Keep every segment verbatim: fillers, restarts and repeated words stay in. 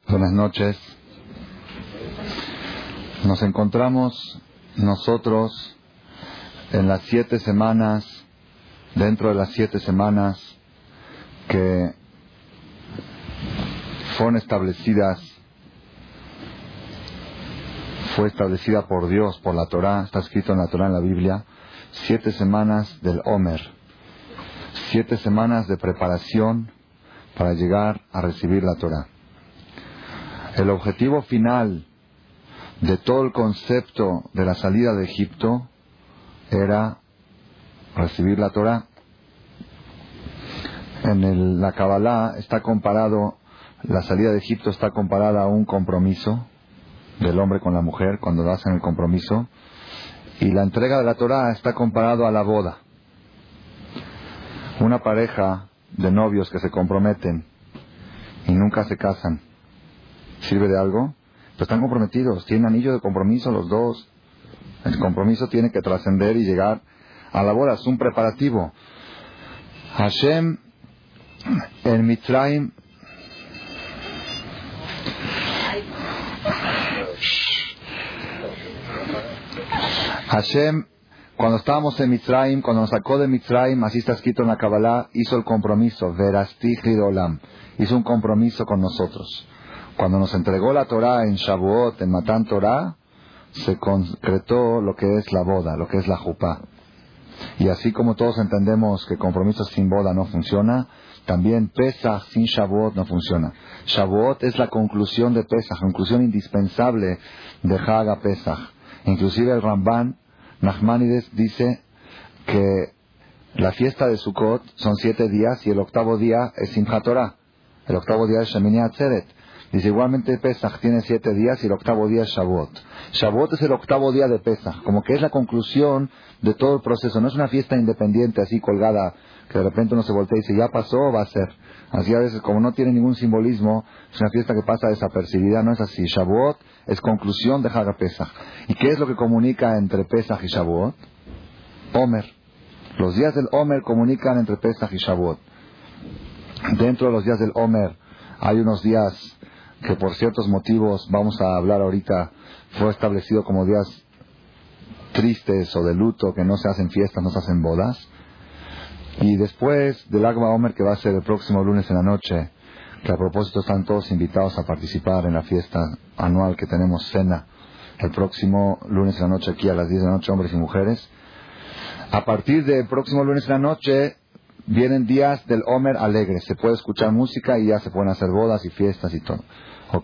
Buenas noches. Nos encontramos nosotros en las siete semanas, dentro de las siete semanas que fueron establecidas, fue establecida por Dios, por la Torá, está escrito en la Torá, en la Biblia, siete semanas del Omer, siete semanas de preparación para llegar a recibir la Torá. El objetivo final de todo el concepto de la salida de Egipto era recibir la Torá. En el, la Kabbalah está comparado, la salida de Egipto está comparada a un compromiso del hombre con la mujer cuando hacen el compromiso, y la entrega de la Torá está comparado a la boda. Una pareja de novios que se comprometen y nunca se casan, ¿sirve de algo? Pues están comprometidos, tienen anillo de compromiso los dos. El compromiso tiene que trascender y llegar a la boda, es un preparativo. Hashem en Mitzrayim Hashem, cuando estábamos en Mitzrayim, cuando nos sacó de Mitzrayim, así está escrito en la Kabbalah, hizo el compromiso, Verasti Olam, hizo un compromiso con nosotros. Cuando nos entregó la Torah en Shavuot, en Matan Torah, se concretó lo que es la boda, lo que es la jupá. Y así como todos entendemos que compromiso sin boda no funciona, también Pesach sin Shavuot no funciona. Shavuot es la conclusión de Pesach, conclusión indispensable de Haga Pesach. Inclusive el Ramban Nachmanides dice que la fiesta de Sukkot son siete días y el octavo día es Simchat Torah. El octavo día es Shemini Atzeret. Dice igualmente Pesach tiene siete días y el octavo día es Shavuot. Shavuot es el octavo día de Pesach, como que es la conclusión de todo el proceso. No es una fiesta independiente así colgada, que de repente uno se voltea y dice ya pasó, va a ser. Así a veces, como no tiene ningún simbolismo, es una fiesta que pasa desapercibida, no es así. Shavuot es conclusión de Haga Pesach. ¿Y qué es lo que comunica entre Pesach y Shavuot? Omer. Los días del Omer comunican entre Pesach y Shavuot. Dentro de los días del Omer hay unos días que por ciertos motivos, vamos a hablar ahorita, fue establecido como días tristes o de luto, que no se hacen fiestas, no se hacen bodas. Y después del Lag BaOmer, que va a ser el próximo lunes en la noche, que a propósito están todos invitados a participar en la fiesta anual que tenemos, cena, el próximo lunes en la noche aquí a las diez de la noche, hombres y mujeres. A partir del próximo lunes en la noche vienen días del Omer alegres, se puede escuchar música y ya se pueden hacer bodas y fiestas y todo. ¿Ok?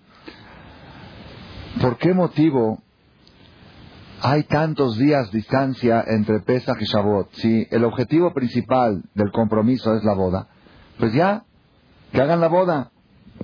¿Por qué motivo hay tantos días de distancia entre Pesach y Shavuot? Si el objetivo principal del compromiso es la boda, pues ya, que hagan la boda.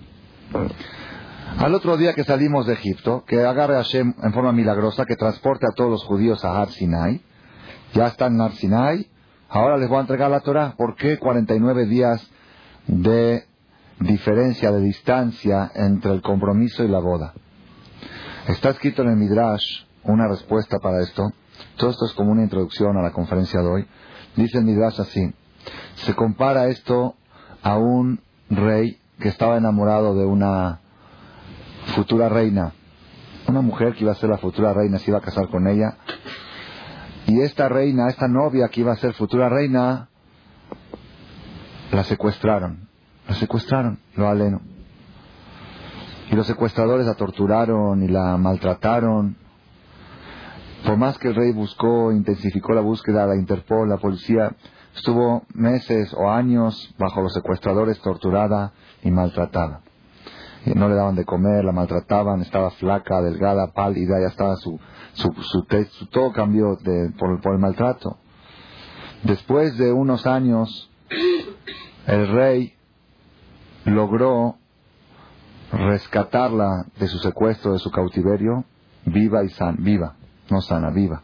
Al otro día que salimos de Egipto, que agarre a Hashem en forma milagrosa, que transporte a todos los judíos a Har Sinai, ya están en Har Sinai, ahora les voy a entregar la Torah. ¿Por qué cuarenta y nueve días de diferencia, de distancia entre el compromiso y la boda? Está escrito en el Midrash una respuesta para esto. Todo esto es como una introducción a la conferencia de hoy. Dice el Midrash así: se compara esto a un rey que estaba enamorado de una futura reina, una mujer que iba a ser la futura reina, se iba a casar con ella. Y esta reina, esta novia que iba a ser futura reina, la secuestraron. La secuestraron, lo aleno. Y los secuestradores la torturaron y la maltrataron. Por más que el rey buscó, intensificó la búsqueda, la Interpol, la policía, estuvo meses o años bajo los secuestradores, torturada y maltratada. Y no le daban de comer, la maltrataban, estaba flaca, delgada, pálida, ya estaba su... Su, su, su, todo cambió de, por, por el maltrato. Después de unos años, el rey logró rescatarla de su secuestro, de su cautiverio, viva y sana, viva, no sana, viva.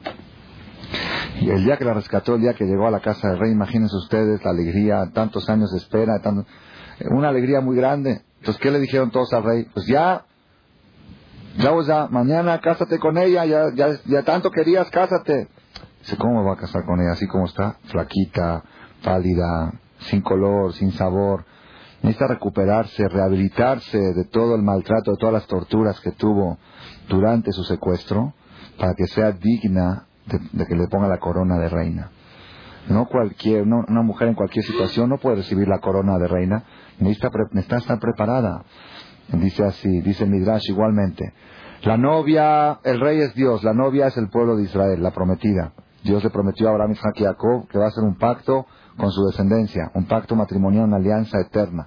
Y el día que la rescató, el día que llegó a la casa del rey, imagínense ustedes la alegría, tantos años de espera, tanto, una alegría muy grande. Entonces, ¿qué le dijeron todos al rey? Pues ya, Ya, o sea, mañana cásate con ella, ya, ya, ya tanto querías, cásate. Dice, ¿cómo me va a casar con ella? Así como está, flaquita, pálida, sin color, sin sabor. necesita recuperarse, rehabilitarse de todo el maltrato, de todas las torturas que tuvo durante su secuestro, para que sea digna de, de que le ponga la corona de reina. No cualquier, no, una mujer en cualquier situación no puede recibir la corona de reina, necesita, necesita estar preparada. Dice así, dice Midrash igualmente. La novia, el rey es Dios, la novia es el pueblo de Israel, la prometida. Dios le prometió a Abraham, Isaac y Jacob que va a hacer un pacto con su descendencia, un pacto matrimonial, una alianza eterna.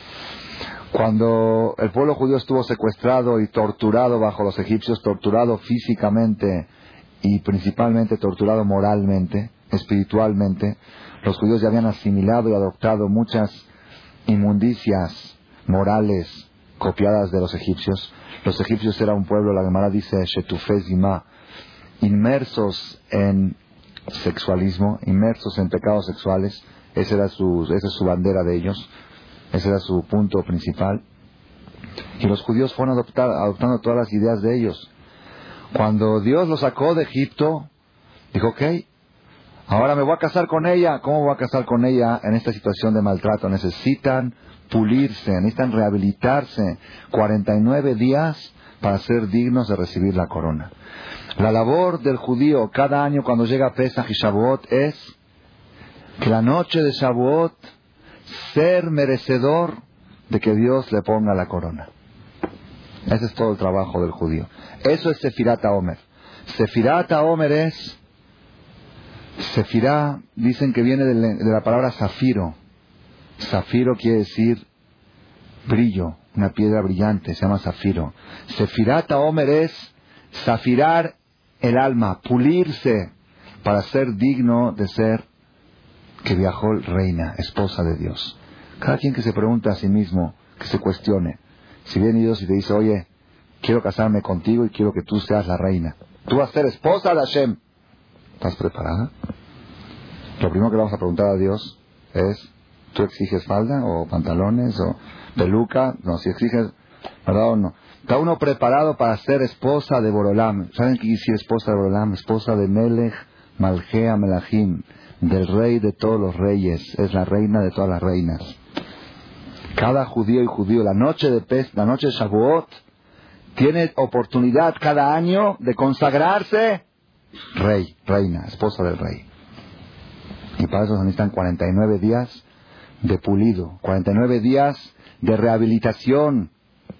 Cuando el pueblo judío estuvo secuestrado y torturado bajo los egipcios, torturado físicamente y principalmente torturado moralmente, espiritualmente, los judíos ya habían asimilado y adoptado muchas inmundicias morales copiadas de los egipcios. Los egipcios eran un pueblo, la Gemara dice, Shetufei Zimah, inmersos en sexualismo, inmersos en pecados sexuales. Esa era su, esa es su bandera de ellos, ese era su punto principal. Y los judíos fueron adoptar, adoptando todas las ideas de ellos. Cuando Dios los sacó de Egipto, dijo, ok, ahora me voy a casar con ella. ¿Cómo voy a casar con ella en esta situación de maltrato? Necesitan pulirse, necesitan rehabilitarse cuarenta y nueve días para ser dignos de recibir la corona. La labor del judío cada año cuando llega Pesach y Shavuot es que la noche de Shavuot ser merecedor de que Dios le ponga la corona. Ese es todo el trabajo del judío. Eso es Sefirat HaOmer. Sefirat HaOmer es, Sefirá, dicen que viene de la palabra zafiro. Zafiro quiere decir brillo, una piedra brillante, se llama zafiro. Sefirat HaOmer es zafirar el alma, pulirse para ser digno de ser que viajó reina, esposa de Dios. Cada quien que se pregunta a sí mismo, que se cuestione. Si viene Dios y te dice, oye, quiero casarme contigo y quiero que tú seas la reina, tú vas a ser esposa de Hashem, ¿estás preparada? Lo primero que le vamos a preguntar a Dios es, ¿tú exiges falda o pantalones o peluca? No, si exiges, ¿verdad o no? ¿Está uno preparado para ser esposa de Borolam? ¿Saben qué quiere decir esposa de Borolam? Esposa de Melech Malchea Melachim, del rey de todos los reyes, es la reina de todas las reinas. Cada judío y judío, la noche de Pes, la noche de Shavuot, tiene oportunidad cada año de consagrarse rey, reina, esposa del rey. Y para eso se necesitan cuarenta y nueve días de pulido, cuarenta y nueve días de rehabilitación.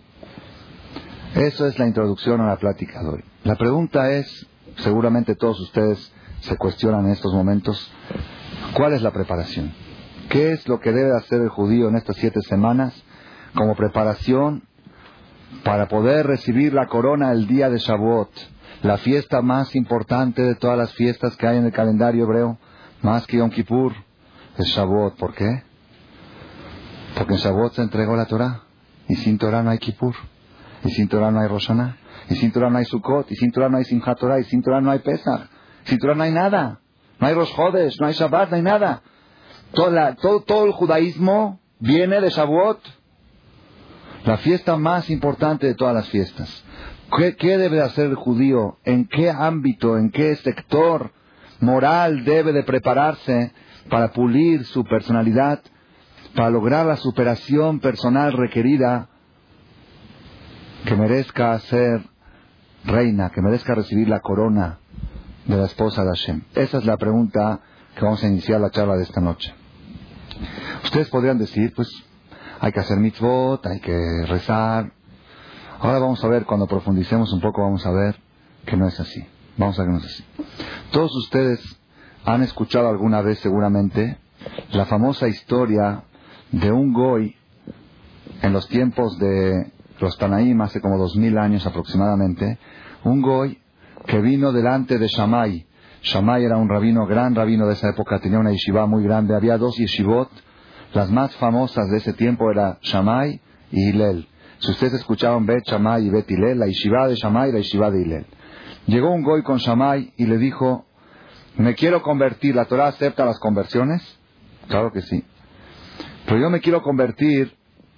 Eso es la introducción a la plática de hoy. La pregunta es, seguramente todos ustedes se cuestionan en estos momentos, ¿cuál es la preparación? ¿Qué es lo que debe hacer el judío en estas siete semanas como preparación para poder recibir la corona el día de Shavuot, la fiesta más importante de todas las fiestas que hay en el calendario hebreo, más que Yom Kippur, es Shavuot? ¿Por qué? Porque en Shavuot se entregó la Torah, y sin Torah no hay Kippur, y sin Torah no hay Rosh Hashanah, y sin Torah no hay Sukkot, y sin Torah no hay Simchat Torah, y sin Torah no hay Pesach, sin Torah no hay nada, no hay Rosh Chodesh, no hay Shabbat, no hay nada. Todo, la, todo, todo el judaísmo viene de Shavuot, la fiesta más importante de todas las fiestas. ¿Qué, qué debe hacer el judío? ¿En qué ámbito, en qué sector moral debe de prepararse para pulir su personalidad, para lograr la superación personal requerida que merezca ser reina, que merezca recibir la corona de la esposa de Hashem? Esa es la pregunta que vamos a iniciar la charla de esta noche. Ustedes podrían decir, pues, hay que hacer mitzvot, hay que rezar. Ahora vamos a ver, cuando profundicemos un poco, vamos a ver que no es así. Vamos a ver que no es así. Todos ustedes han escuchado alguna vez, seguramente, la famosa historia de un goy en los tiempos de los Tanaim, hace como dos mil años aproximadamente, un goy que vino delante de Shammai. Shammai era un rabino, gran rabino de esa época, tenía una yeshiva muy grande. Había dos yeshivot, las más famosas de ese tiempo era Shammai y Hillel. Si ustedes escuchaban Bet Shammai y Bet Hillel, la yeshiva de Shammai y la yeshiva de Hillel. Llegó un goy con Shammai y le dijo, me quiero convertir. ¿La Torah acepta las conversiones? Claro que sí. Pero yo me quiero convertir,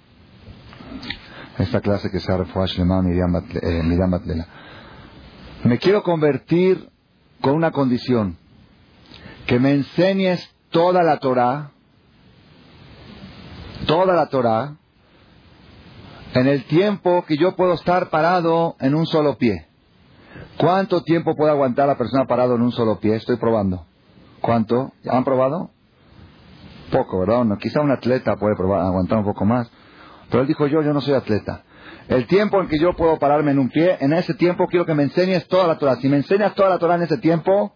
esta clase que se ha refuash lema Miriam Batlela, me quiero convertir con una condición, que me enseñes toda la Torah, toda la Torah en el tiempo que yo puedo estar parado en un solo pie. ¿Cuánto tiempo puede aguantar la persona parado en un solo pie? Estoy probando. ¿Cuánto? ¿Ya han probado? Poco, ¿verdad? No, quizá un atleta puede probar, aguantar un poco más. Pero él dijo, yo, yo no soy atleta. El tiempo en que yo puedo pararme en un pie, en ese tiempo quiero que me enseñes toda la Torah. Si me enseñas toda la Torah en ese tiempo,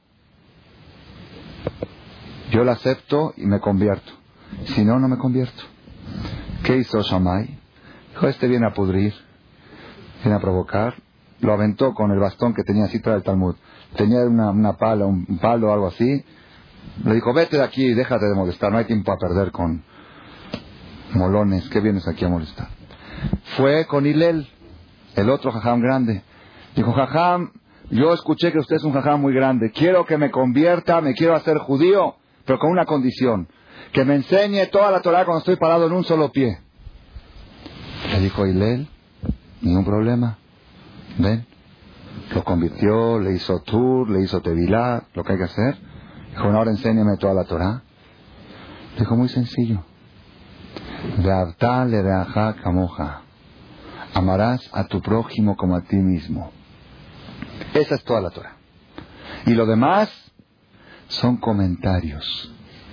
yo la acepto y me convierto. Si no, no me convierto. ¿Qué hizo Shammai? Dijo, este viene a pudrir, viene a provocar. Lo aventó con el bastón que tenía así tras el Talmud. Tenía una, una pala, un palo o algo así. Le dijo, vete de aquí y déjate de molestar. No hay tiempo a perder con molones. ¿Qué vienes aquí a molestar? Fue con Hillel, el otro jajam grande. Dijo, jajam, yo escuché que usted es un jajam muy grande. Quiero que me convierta, me quiero hacer judío, pero con una condición. Que me enseñe toda la Torah cuando estoy parado en un solo pie. Le dijo Hillel, ningún problema. Ven. Lo convirtió, le hizo tour, le hizo tevilá, lo que hay que hacer. Dijo, bueno, ahora enséñame toda la Torah. Dijo, muy sencillo. Ve'avta lereaja kamoja. Amarás a tu prójimo como a ti mismo. Esa es toda la Torah. Y lo demás son comentarios.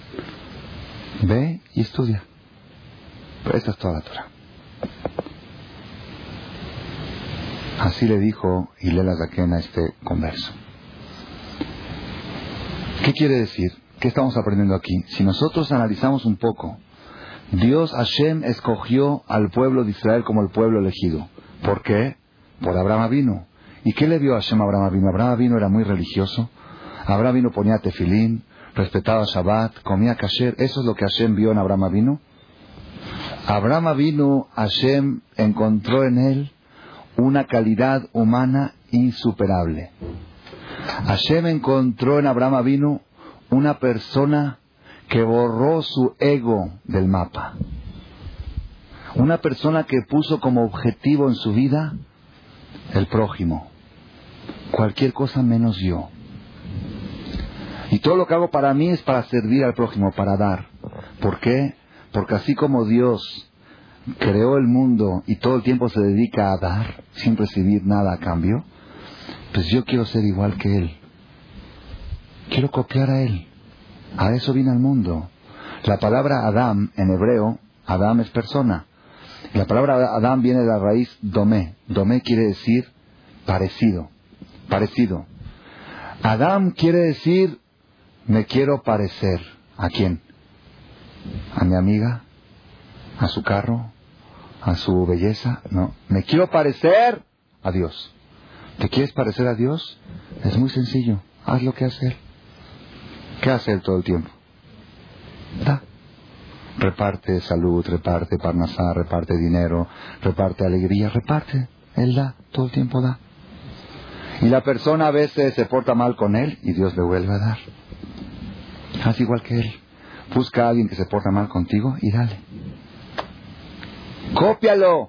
Ve y estudia. Pero esta es toda la Torah. Así le dijo Hillel Azaken a este converso. ¿Qué quiere decir? ¿Qué estamos aprendiendo aquí? Si nosotros analizamos un poco, Dios Hashem escogió al pueblo de Israel como el pueblo elegido. ¿Por qué? Por Abraham Avinu. ¿Y qué le vio Hashem a Abraham Avinu? Abraham Avinu era muy religioso. Abraham Avinu ponía tefilín, respetaba Shabbat, comía kasher. ¿Eso es lo que Hashem vio en Abraham Avinu? Abraham Avinu, Hashem encontró en él una calidad humana insuperable. Hashem encontró en Abraham Avinu una persona que borró su ego del mapa. Una persona que puso como objetivo en su vida el prójimo. Cualquier cosa menos yo. Y todo lo que hago para mí es para servir al prójimo, para dar. ¿Por qué? Porque así como Dios creó el mundo y todo el tiempo se dedica a dar sin recibir nada a cambio, pues yo quiero ser igual que Él. Quiero copiar a Él. A eso vine al mundo. La palabra Adam en hebreo, Adam es persona. La palabra Adam viene de la raíz domé. Domé quiere decir parecido. Parecido. Adam quiere decir me quiero parecer. ¿A quién? ¿A mi amiga? ¿A su carro? ¿A su belleza? No. Me quiero parecer a Dios. ¿Te quieres parecer a Dios? Es muy sencillo. Haz lo que hace Él. ¿Qué hace Él todo el tiempo? Da. Reparte salud, reparte parnasá, reparte dinero, reparte alegría, reparte. Él da, todo el tiempo da. Y la persona a veces se porta mal con Él y Dios le vuelve a dar. Haz igual que Él. Busca a alguien que se porta mal contigo y dale. Cópialo.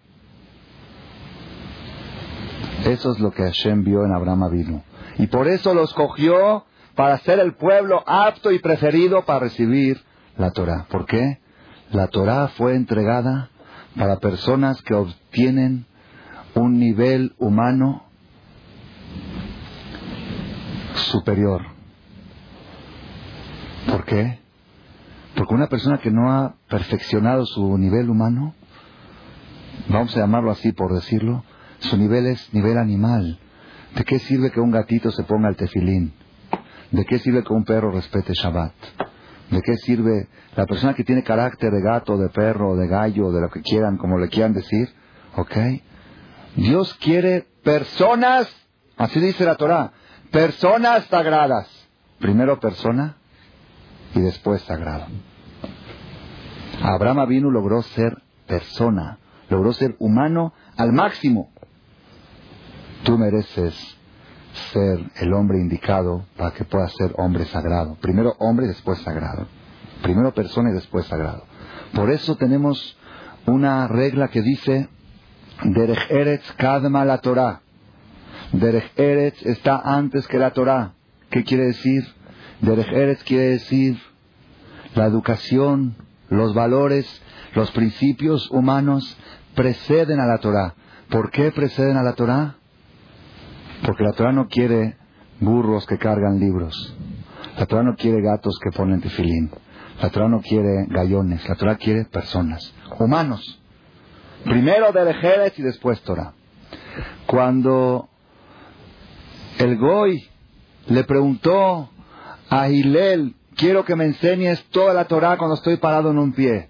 Eso es lo que Hashem vio en Abraham Avinu. Y por eso lo escogió para ser el pueblo apto y preferido para recibir la Torah. ¿Por qué? La Torah fue entregada para personas que obtienen un nivel humano superior. ¿Por qué? Porque una persona que no ha perfeccionado su nivel humano, vamos a llamarlo así por decirlo, su nivel es nivel animal. ¿De qué sirve que un gatito se ponga el tefilín? ¿De qué sirve que un perro respete Shabbat? ¿De qué sirve la persona que tiene carácter de gato, de perro, de gallo, de lo que quieran, como le quieran decir? ¿Ok? Dios quiere personas, así dice la Torah, personas sagradas. Primero persona y después sagrado. Abraham Avinu logró ser persona, logró ser humano al máximo. Tú mereces ser el hombre indicado para que puedas ser hombre sagrado. Primero hombre y después sagrado. Primero persona y después sagrado. Por eso tenemos una regla que dice Derech Eretz kadma la Torah. Derech Eretz está antes que la Torah. ¿Qué quiere decir? Derech Eretz quiere decir la educación, los valores, Los principios humanos preceden a la Torah. ¿Por qué preceden a la Torah? Porque la Torah no quiere burros que cargan libros. La Torah no quiere gatos que ponen tefilín. La Torah no quiere gallones. La Torah quiere personas, humanos. Primero Derejeres y después Torah. Cuando el Goy le preguntó a Hillel, quiero que me enseñes toda la Torah cuando estoy parado en un pie.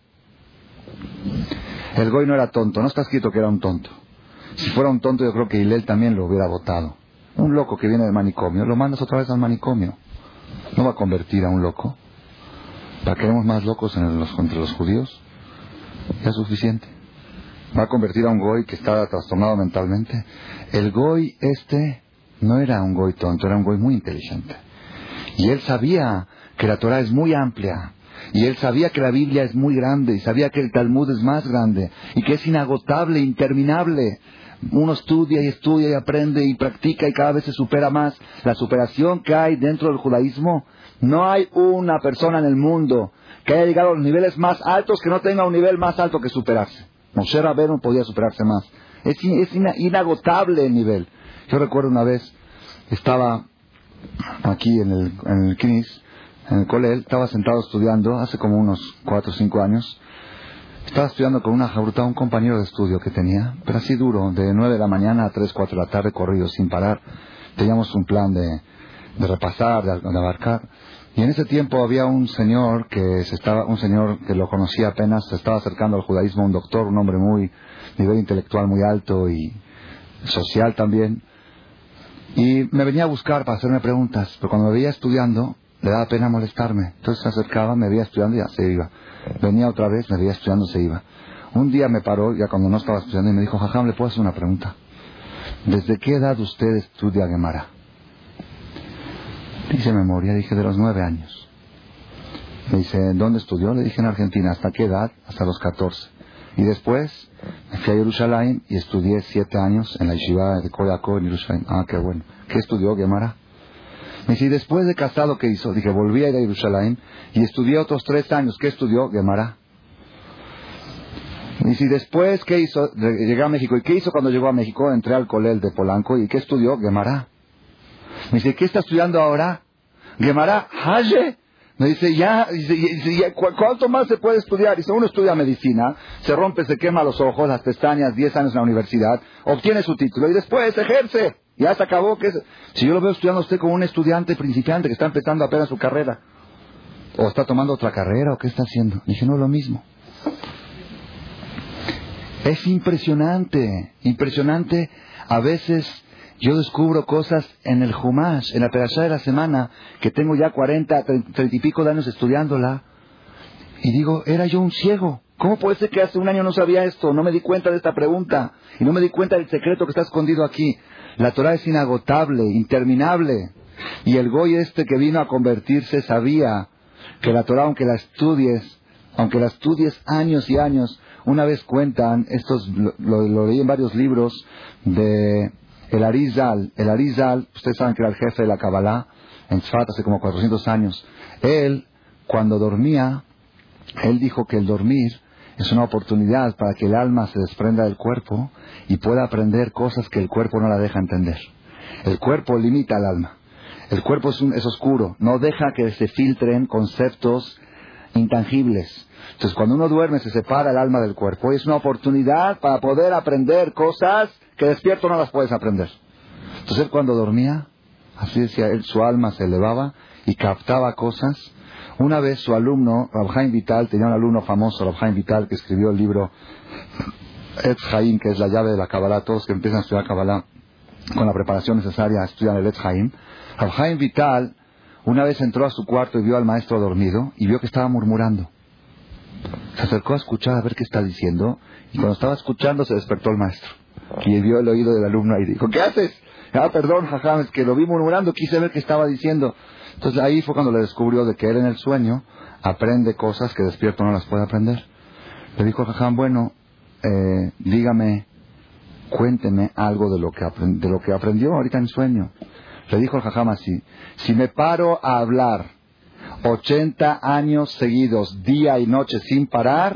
El Goy no era tonto, no está escrito que era un tonto. Si fuera un tonto, yo creo que Hillel también lo hubiera votado. Un loco que viene del manicomio, lo mandas otra vez al manicomio. No va a convertir a un loco. ¿Para qué queremos más locos en los, entre los judíos? Ya es suficiente. Va a convertir a un Goy que está trastornado mentalmente. El Goy este no era un Goy tonto, era un Goy muy inteligente. Y él sabía que la Torah es muy amplia. Y él sabía que la Biblia es muy grande. Y sabía que el Talmud es más grande. Y que es inagotable, interminable. Uno estudia y estudia y aprende y practica y cada vez se supera más. La superación que hay dentro del judaísmo, no hay una persona en el mundo que haya llegado a los niveles más altos que no tenga un nivel más alto que superarse. Moshe Rabbeinu podía superarse más. Es, in, es in, inagotable el nivel. Yo recuerdo una vez, estaba aquí en el, en el Knis, en el Kolel, estaba sentado estudiando, hace como unos cuatro o cinco años. Estaba estudiando con una jabruta, un compañero de estudio que tenía, pero así duro, de nueve de la mañana a tres, cuatro de la tarde, corrido, sin parar. Teníamos un plan de, de repasar, de, de abarcar. Y en ese tiempo había un señor que se estaba, un señor que lo conocía apenas, se estaba acercando al judaísmo, un doctor, un hombre muy, nivel intelectual muy alto y social también. Y me venía a buscar para hacerme preguntas, pero cuando me veía estudiando, le daba pena molestarme. Entonces se acercaba, me veía estudiando y ya se iba. Venía otra vez, me veía estudiando y se iba. Un día me paró, ya cuando no estaba estudiando, y me dijo, Jajam, ¿le puedo hacer una pregunta? ¿Desde qué edad usted estudia Gemara? Hice memoria, dije, de los nueve años. Me dice, ¿dónde estudió? Le dije, en Argentina. ¿Hasta qué edad? Hasta los catorce. Y después me fui a Jerusalén y estudié siete años en la yeshiva de Koyako en Jerusalén. Ah, qué bueno. ¿Qué estudió Gemara? Me dice, ¿y después de casado qué hizo? Dije, volví a ir a Jerusalén y estudié otros tres años. ¿Qué estudió? Gemara. Me dice, ¿y después qué hizo? Llegué a México. ¿Y qué hizo cuando llegó a México? Entré al Kolel de Polanco. ¿Y qué estudió? Gemara. Me dice, ¿qué está estudiando ahora? Gemara. ¿Haye? Me dice, ya, dice, ya, ¿cuánto más se puede estudiar? Dice, uno estudia medicina, se rompe, se quema los ojos, las pestañas, diez años en la universidad, obtiene su título y después ejerce. Ya se acabó. Que es... Si yo lo veo estudiando a usted como un estudiante principiante que está empezando apenas su carrera, o está tomando otra carrera, o qué está haciendo. Dije, no es lo mismo. Es impresionante, impresionante. A veces yo descubro cosas en el Humash, en la Perashá de la semana, que tengo ya cuarenta, treinta y pico de años estudiándola, y digo, era yo un ciego. ¿Cómo puede ser que hace un año no sabía esto? No me di cuenta de esta pregunta, y no me di cuenta del secreto que está escondido aquí. La Torah es inagotable, interminable, y el Goy este que vino a convertirse sabía que la Torah, aunque la estudies, aunque la estudies años y años, una vez cuentan, estos lo, lo, lo leí en varios libros, de el Arizal. El Arizal, ustedes saben que era el jefe de la Kabbalah en Tzfat hace como cuatrocientos años. Él, cuando dormía, él dijo que el dormir es una oportunidad para que el alma se desprenda del cuerpo y pueda aprender cosas que el cuerpo no la deja entender. El cuerpo limita al alma. El cuerpo es, un, es oscuro, no deja que se filtren conceptos intangibles. Entonces, cuando uno duerme, se separa el alma del cuerpo y es una oportunidad para poder aprender cosas que despierto no las puedes aprender. Entonces, él cuando dormía, así decía él, su alma se elevaba y captaba cosas. Una vez su alumno, Rab Chaim Vital, tenía un alumno famoso, Rab Chaim Vital, que escribió el libro Etz Haim, que es la llave de la Kabbalah. Todos que empiezan a estudiar Kabbalah con la preparación necesaria estudian el Etz Haim. Rab Chaim Vital una vez entró a su cuarto y vio al maestro dormido y vio que estaba murmurando. Se acercó a escuchar a ver qué está diciendo y cuando estaba escuchando se despertó el maestro y vio el oído del alumno y dijo, ¿qué haces? Ah, perdón, jajam, es que lo vi murmurando, quise ver qué estaba diciendo. Entonces ahí fue cuando le descubrió de que él en el sueño aprende cosas que despierto no las puede aprender. Le dijo al jajam, bueno, eh, dígame, cuénteme algo de lo que aprend- de lo que aprendió ahorita en sueño. Le dijo el jajam así, si me paro a hablar ochenta años seguidos, día y noche sin parar,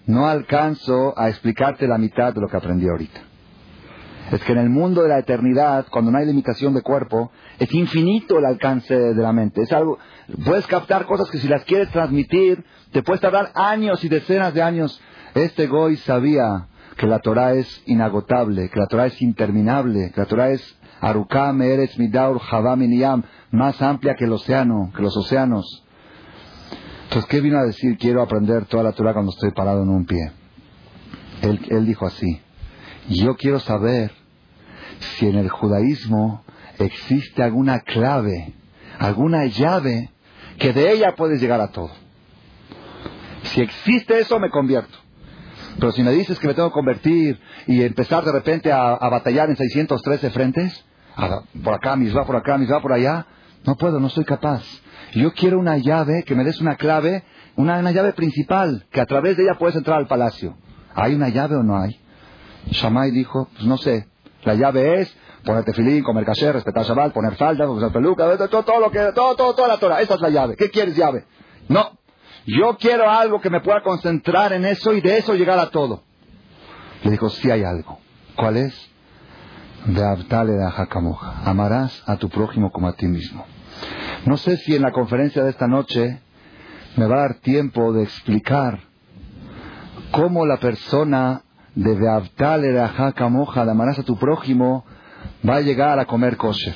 no alcanzo a explicarte la mitad de lo que aprendí ahorita. Es que en el mundo de la eternidad, cuando no hay limitación de cuerpo, es infinito el alcance de la mente. Es algo, puedes captar cosas que si las quieres transmitir, te puedes tardar años y decenas de años. Este Goy sabía que la Torah es inagotable, que la Torah es interminable, que la Torah es Arukam, Eretz, Midaur, Javá, Miniyam, más amplia que el océano, que los océanos. Entonces, ¿qué vino a decir? Quiero aprender toda la Torah cuando estoy parado en un pie. Él, él dijo así: yo quiero saber si en el judaísmo existe alguna clave, alguna llave, que de ella puedes llegar a todo. Si existe eso, me convierto. Pero si me dices que me tengo que convertir y empezar de repente a, a batallar en seiscientos trece frentes, a, por acá, misma por acá, misma por allá, no puedo, no soy capaz. Yo quiero una llave, que me des una clave, una, una llave principal, que a través de ella puedes entrar al palacio. ¿Hay una llave o no hay? Shammai dijo, pues no sé, la llave es poner tefilín, comer kasher, respetar Shabbat, poner falda, usar peluca, todo, todo lo que, todo, todo, toda la Torah, esa es la llave. ¿Qué quieres llave? No, yo quiero algo que me pueda concentrar en eso y de eso llegar a todo. Le dijo, sí hay algo. ¿Cuál es? Ve'avtale le'aja kamoja. Amarás a tu prójimo como a ti mismo. No sé si en la conferencia de esta noche me va a dar tiempo de explicar cómo la persona de Ve'avtale le'aja kamoja, de amarás a tu prójimo, va a llegar a comer kosher.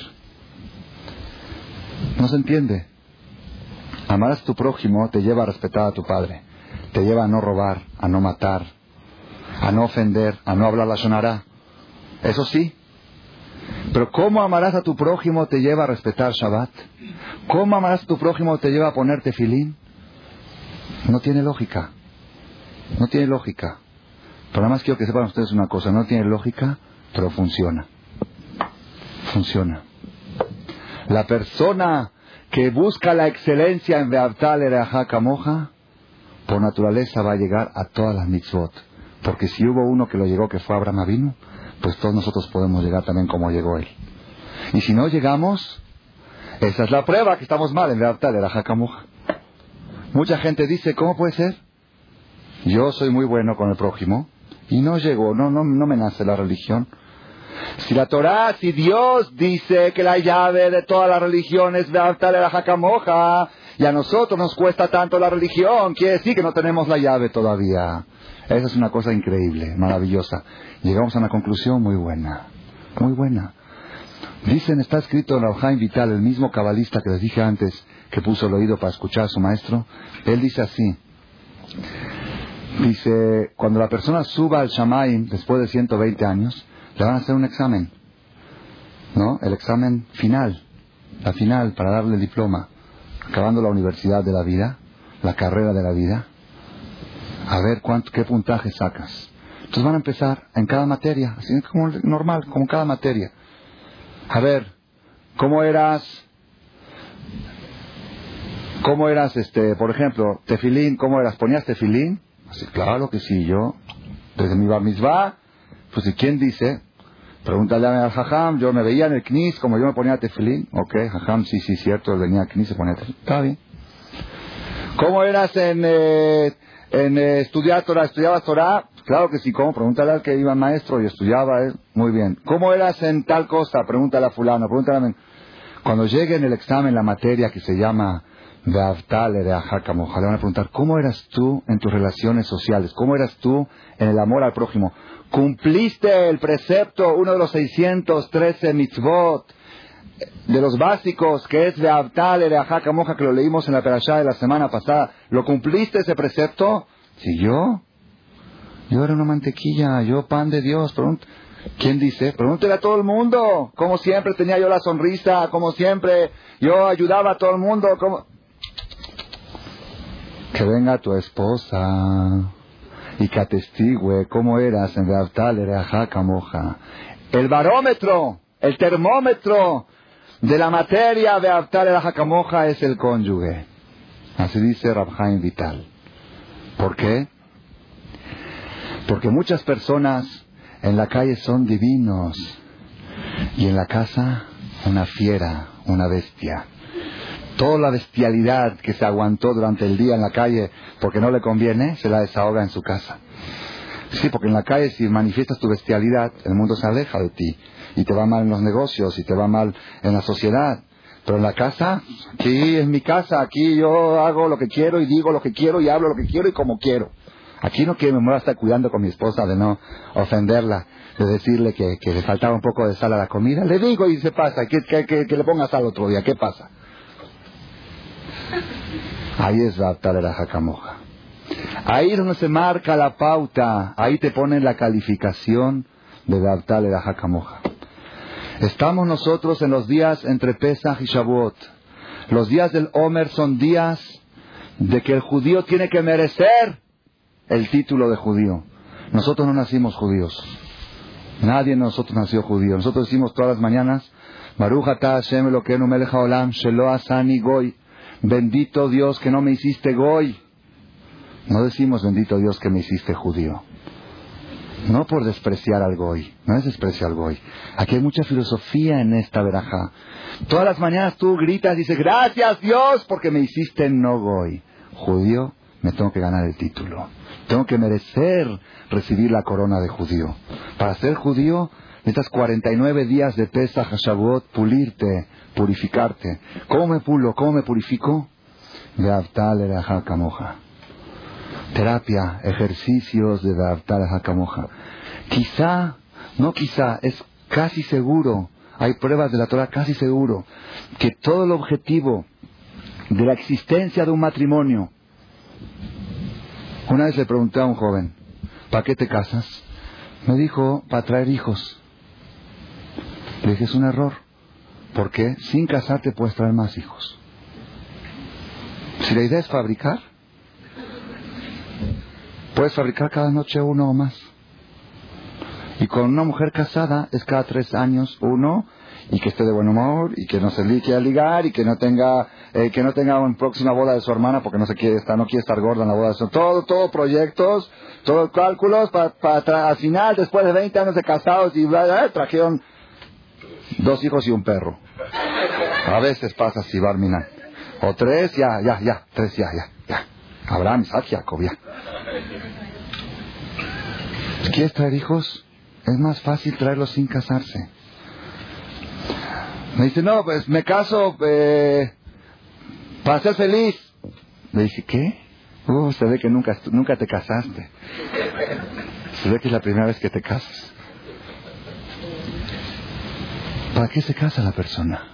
No se entiende. Amarás a tu prójimo te lleva a respetar a tu padre, te lleva a no robar, a no matar, a no ofender, a no hablar la shonara. Eso sí. Pero ¿cómo amarás a tu prójimo te lleva a respetar Shabbat? ¿Cómo amarás a tu prójimo te lleva a poner tefilín? No tiene lógica. No tiene lógica. Pero nada más quiero que sepan ustedes una cosa. No tiene lógica, pero funciona. Funciona. La persona que busca la excelencia en Ve'avtale le'aja kamoja, por naturaleza va a llegar a todas las mitzvot. Porque si hubo uno que lo llegó, que fue Abraham Avinu, pues todos nosotros podemos llegar también como llegó él. Y si no llegamos, esa es la prueba que estamos mal en Ve'avtale le'aja kamoja. Mucha gente dice, ¿cómo puede ser? Yo soy muy bueno con el prójimo y no llego, no, no, no me nace la religión. Si la Torah, si Dios dice que la llave de todas las religiones es Ve'avtale le'aja kamoja, y a nosotros nos cuesta tanto la religión, quiere decir que no tenemos la llave todavía. Esa es una cosa increíble, maravillosa. Llegamos a una conclusión muy buena, muy buena. Dicen, está escrito en Rav Chaim Vital, el mismo cabalista que les dije antes, que puso el oído para escuchar a su maestro. Él dice así, dice, cuando la persona suba al Shamayim después de ciento veinte años, le van a hacer un examen, ¿no? El examen final, la final para darle el diploma, acabando la universidad de la vida, la carrera de la vida, a ver cuánto, qué puntaje sacas. Entonces van a empezar en cada materia, así como normal, como cada materia. A ver, ¿cómo eras? ¿Cómo eras, este, por ejemplo, tefilín? ¿Cómo eras? ¿Ponías tefilín? Así, claro que sí, yo, desde mi bar mitzvah. Pues, ¿y quién dice? Pregúntale al Jajam, yo me veía en el Knis como yo me ponía tefilín. Ok, Jajam, sí, sí, cierto, él venía al Knis y se ponía tefilín. Está bien. ¿Cómo eras en, eh, en eh, estudiar Torah? ¿Estudiabas Torah? Claro que sí. ¿Cómo? Pregúntale al que iba maestro y estudiaba él. Muy bien. ¿Cómo eras en tal cosa? Pregúntale a fulano, pregúntale a... Cuando llegue en el examen la materia que se llama Ve'avtale le'aja kamoja, le van a preguntar, ¿cómo eras tú en tus relaciones sociales? ¿Cómo eras tú en el amor al prójimo? ¿Cumpliste el precepto, uno de los seiscientos trece mitzvot, de los básicos, que es Ve'avtale le'aja kamoja, que lo leímos en la perashá de la semana pasada? ¿Lo cumpliste ese precepto? Si yo, yo era una mantequilla, yo pan de Dios. Pregunta, ¿quién dice? Pregúntele a todo el mundo. Como siempre tenía yo la sonrisa, como siempre yo ayudaba a todo el mundo. Como... Que venga tu esposa y que atestigue cómo eras en Ve'avtale le'aja kamoja. El barómetro, el termómetro de la materia Ve'avtale le'aja kamoja es el cónyuge. Así dice Rav Chaim Vital. ¿Por qué? Porque muchas personas en la calle son divinos y en la casa una fiera, una bestia. Toda la bestialidad que se aguantó durante el día en la calle porque no le conviene, se la desahoga en su casa. Sí, porque en la calle si manifiestas tu bestialidad, el mundo se aleja de ti. Y te va mal en los negocios, y te va mal en la sociedad. Pero en la casa, aquí es mi casa, aquí yo hago lo que quiero y digo lo que quiero y hablo lo que quiero y como quiero. Aquí no quiero, me voy a estar cuidando con mi esposa de no ofenderla, de decirle que, que le faltaba un poco de sal a la comida. Le digo y se pasa, que, que, que, que le ponga sal otro día, ¿qué pasa? Ahí es Beavtar Erajá Kamoja. Ahí es donde se marca la pauta, ahí te ponen la calificación de Beavtar Erajá Kamoja. Estamos nosotros en los días entre Pesach y Shavuot. Los días del Omer son días de que el judío tiene que merecer el título de judío. Nosotros no nacimos judíos. Nadie de nosotros nació judío. Nosotros decimos todas las mañanas, Baruch atah Hashem Elokeinu melech haolam shelo asani goy. Bendito Dios que no me hiciste goy. No decimos bendito Dios que me hiciste judío. No por despreciar al goy, no es despreciar al goy. Aquí hay mucha filosofía en esta verajá. Todas las mañanas tú gritas y dices, gracias Dios porque me hiciste no goy. Judío, me tengo que ganar el título. Tengo que merecer recibir la corona de judío. Para ser judío, necesitas cuarenta y nueve días de Pesach a Shavuot, pulirte, purificarte. ¿Cómo me pulo? ¿Cómo me purifico? Beavtar Erajá Kamoja. Terapia, ejercicios de Beavtar Erajá Kamoja. Quizá, no quizá, es casi seguro, hay pruebas de la Torah casi seguro, que todo el objetivo de la existencia de un matrimonio. Una vez le pregunté a un joven, ¿para qué te casas? Me dijo, para traer hijos. Le dije, es un error, porque sin casarte puedes traer más hijos. Si la idea es fabricar, puedes fabricar cada noche uno o más. Y con una mujer casada es cada tres años uno, y que esté de buen humor, y que no se li quiera ligar, y que no tenga eh, que no tenga una próxima boda de su hermana porque no se quiere estar, no quiere estar gorda en la boda de su hermana. Todo, todo proyectos, todos cálculos, para pa, al final, después de veinte años de casados, y bla, bla, trajeron dos hijos y un perro. A veces pasa así, Barminan. O tres, ya, ya, ya, tres, ya, ya, ya. Abraham, Isaac, Jacob, ya. ¿Quieres traer hijos? Es más fácil traerlos sin casarse. Me dice, no, pues me caso eh, para ser feliz. Le dije, ¿qué? Uh, se ve que nunca, nunca te casaste. Se ve que es la primera vez que te casas. ¿Para qué se casa la persona?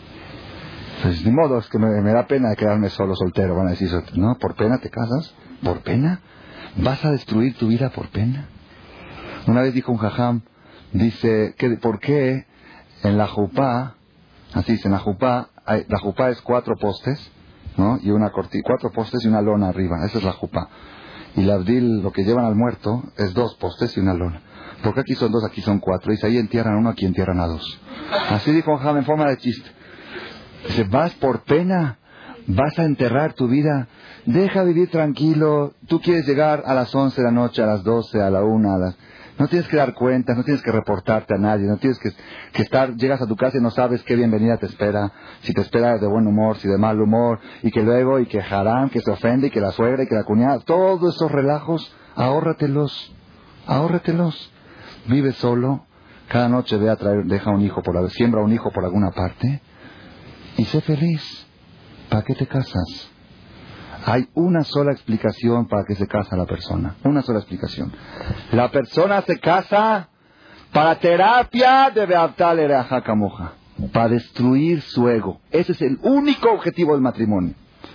Pues ni modo, es que me, me da pena de quedarme solo, soltero. Van a decir, ¿no? ¿Por pena te casas? ¿Por pena? ¿Vas a destruir tu vida por pena? Una vez dijo un jajam, dice, que ¿por qué en la jupá, así dice, en la jupá, hay, la jupá es cuatro postes, ¿no? Y una cortina, cuatro postes y una lona arriba, esa es la jupá. Y la abdil, lo que llevan al muerto, es dos postes y una lona. ¿Por qué aquí son dos, aquí son cuatro? Dice, ahí entierran a uno, aquí entierran a dos. Así dijo un jajam en forma de chiste. Dice, vas por pena, vas a enterrar tu vida, deja vivir tranquilo. Tú quieres llegar a las once de la noche, a las doce, a la una, a las... No tienes que dar cuentas, no tienes que reportarte a nadie, no tienes que, que estar, llegas a tu casa y no sabes qué bienvenida te espera, si te espera de buen humor, si de mal humor, y que luego, y que harán, que se ofende, y que la suegra, y que la cuñada, todos esos relajos, ahórratelos, ahórratelos. Vive solo, cada noche ve a traer, deja un hijo por la, siembra un hijo por alguna parte, y sé feliz. ¿Para qué te casas? Hay una sola explicación para que se casa la persona. Una sola explicación. La persona se casa para terapia de Beavtar Erajá Kamoja. Para destruir su ego. Ese es el único objetivo del matrimonio.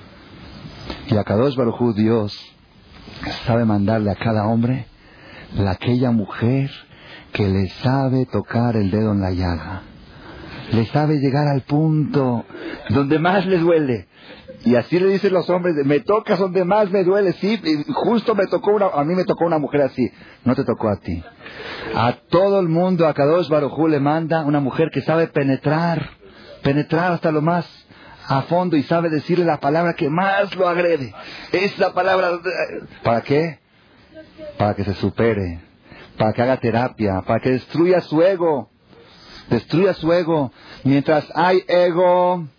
Y a Kadosh Baruj Hu, Dios, sabe mandarle a cada hombre la aquella mujer que le sabe tocar el dedo en la llaga. Le sabe llegar al punto donde más le duele. Y así le dicen los hombres, me tocas donde más me duele, sí, justo me tocó una, a mí me tocó una mujer así, no te tocó a ti. A todo el mundo, a Kadosh Baruj Hu le manda una mujer que sabe penetrar, penetrar hasta lo más a fondo y sabe decirle la palabra que más lo agrede. Es la palabra, ¿para qué? Para que se supere, para que haga terapia, para que destruya su ego, destruya su ego. Mientras hay ego,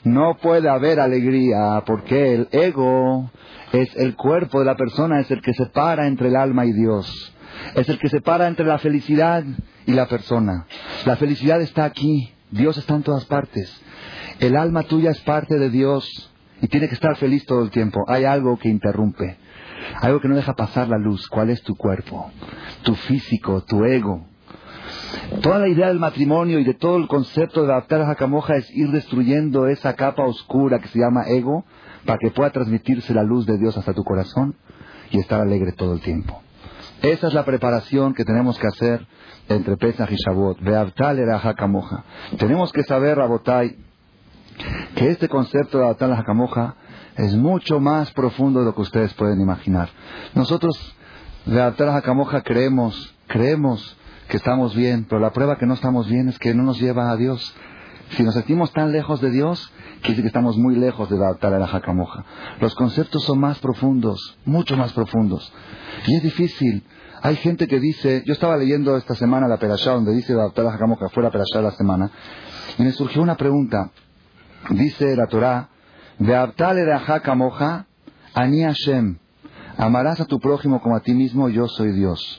No puede haber alegría porque el ego es el cuerpo de la persona, es el que separa entre el alma y Dios. Es el que separa entre la felicidad y la persona. La felicidad está aquí, Dios está en todas partes. El alma tuya es parte de Dios y tiene que estar feliz todo el tiempo. Hay algo que interrumpe, algo que no deja pasar la luz. ¿Cuál es tu cuerpo? Tu físico, tu ego. Toda la idea del matrimonio y de todo el concepto de adaptar a Hakamoja es ir destruyendo esa capa oscura que se llama ego para que pueda transmitirse la luz de Dios hasta tu corazón y estar alegre todo el tiempo. Esa es la preparación que tenemos que hacer entre Pesach y Shavuot. Beavtal era Hakamoja. Tenemos que saber, Rabotai, que este concepto de adaptar a Hakamoja es mucho más profundo de lo que ustedes pueden imaginar. Nosotros, de adaptar a Hakamoja, creemos, creemos que estamos bien, pero la prueba que no estamos bien es que no nos lleva a Dios. Si nos sentimos tan lejos de Dios, quiere decir que estamos muy lejos de adaptar a la Hakamoja. Los conceptos son más profundos, mucho más profundos. Y es difícil. Hay gente que dice, yo estaba leyendo esta semana la Perashá, donde dice adaptar a la Hakamoja, fue la Perashá de la semana, y me surgió una pregunta. Dice la Torá, Beavtal era Hakamoja, Ani Hashem, amarás a tu prójimo como a ti mismo, yo soy Dios.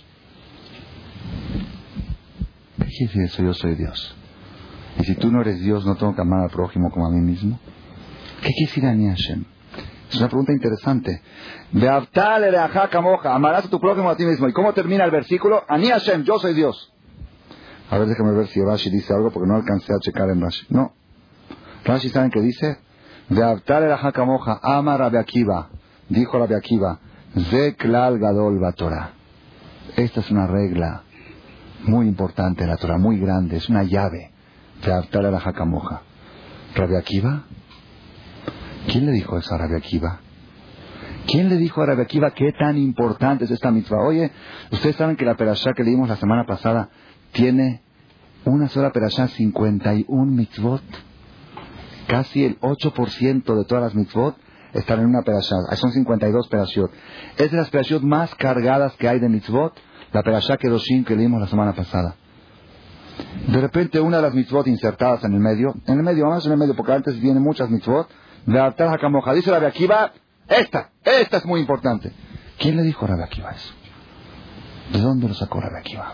¿Qué quiere decir eso? Yo soy Dios. Y si tú no eres Dios, ¿no tengo que amar al prójimo como a mí mismo? ¿Qué quiere decir Ani Hashem? Es una pregunta interesante. Beavtal era Hakamoja, amarás a tu prójimo a ti mismo. ¿Y cómo termina el versículo? Ani Hashem, yo soy Dios. A ver, déjame ver si Rashi dice algo, porque no alcancé a checar en Rashi. No. Rashi, ¿saben qué dice? Beavtal era Hakamoja, ama Rabbi Akiva. Dijo Rabbi Akiva, Ze klal gadol batorah. Esta es una regla muy importante en la Torah, muy grande, es una llave. Beavtal era Hakamoja. ¿Rabbi Akiva? ¿Quién le dijo eso a Rabbi Akiva? ¿Quién le dijo a Rabbi Akiva qué tan importante es esta mitzvah? Oye, ustedes saben que la perashá que leímos la semana pasada tiene una sola perashá, cincuenta y un mitzvot. Casi el ocho por ciento de todas las mitzvot están en una perashá. Son cincuenta y dos perashot. Es de las perashot más cargadas que hay de mitzvot, la perashá Kedoshim que leímos la semana pasada. De repente una de las mitzvot insertadas en el medio, en el medio, más en el medio, porque antes vienen muchas mitzvot, de adaptar a Hakamoja. Dice Rabbi Akiva, esta, esta es muy importante. ¿Quién le dijo a Rabbi Akiva eso? ¿De dónde lo sacó Rabbi Akiva?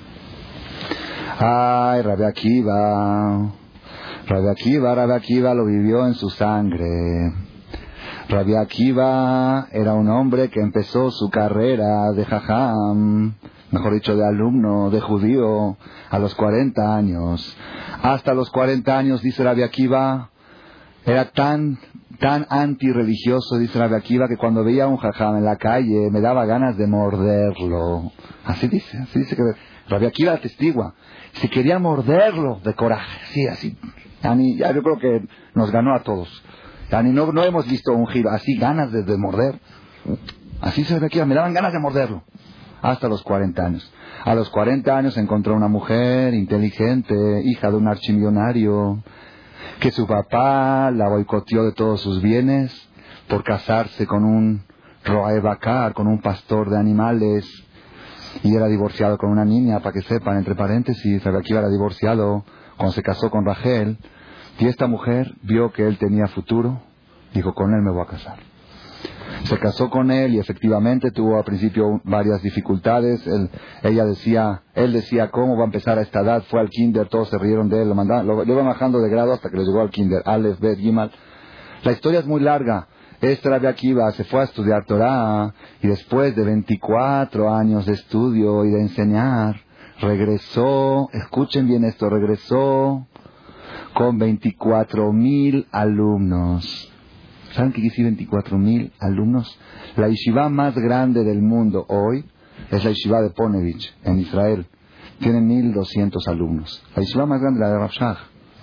Ay, Rabbi Akiva, Rabbi Akiva, Rabbi Akiva lo vivió en su sangre. Rabbi Akiva era un hombre que empezó su carrera de jajam, mejor dicho, de alumno, de judío, a los cuarenta años. Hasta los cuarenta años, dice Rabbi Akiva, era tan, tan antirreligioso, dice Rabbi Akiva, que cuando veía a un jajam en la calle me daba ganas de morderlo. Así dice, así dice que Rabbi Akiva atestigua. Si quería morderlo de coraje, sí, así. Yani, ya yo creo que nos ganó a todos. Yani, no, no hemos visto un giro, así ganas de, de morder. Así se ve aquí, me daban ganas de morderlo. Hasta los cuarenta años. A los cuarenta años encontró una mujer inteligente, hija de un archimillonario, que su papá la boicoteó de todos sus bienes por casarse con un roe bakar, con un pastor de animales, y era divorciado con una niña, para que sepan, entre paréntesis, Rabbi Akiva era divorciado cuando se casó con Rachel, y esta mujer vio que él tenía futuro, dijo, con él me voy a casar. Se casó con él y efectivamente tuvo al principio varias dificultades. Él, ella decía, él decía, ¿cómo va a empezar a esta edad? Fue al kinder, todos se rieron de él, lo mandaban, lo, lo iban bajando de grado hasta que le llegó al kinder, Aleph, Bet, Gimal. La historia es muy larga. Este Rabbi Akiva se fue a estudiar Torah y después de veinticuatro años de estudio y de enseñar, regresó, escuchen bien esto, regresó con veinticuatro mil alumnos. ¿Saben qué quiere decir veinticuatro mil alumnos? La yeshiva más grande del mundo hoy es la yeshiva de Ponevich, en Israel. Tiene mil doscientos alumnos. La yeshiva más grande, la de Rav Shach.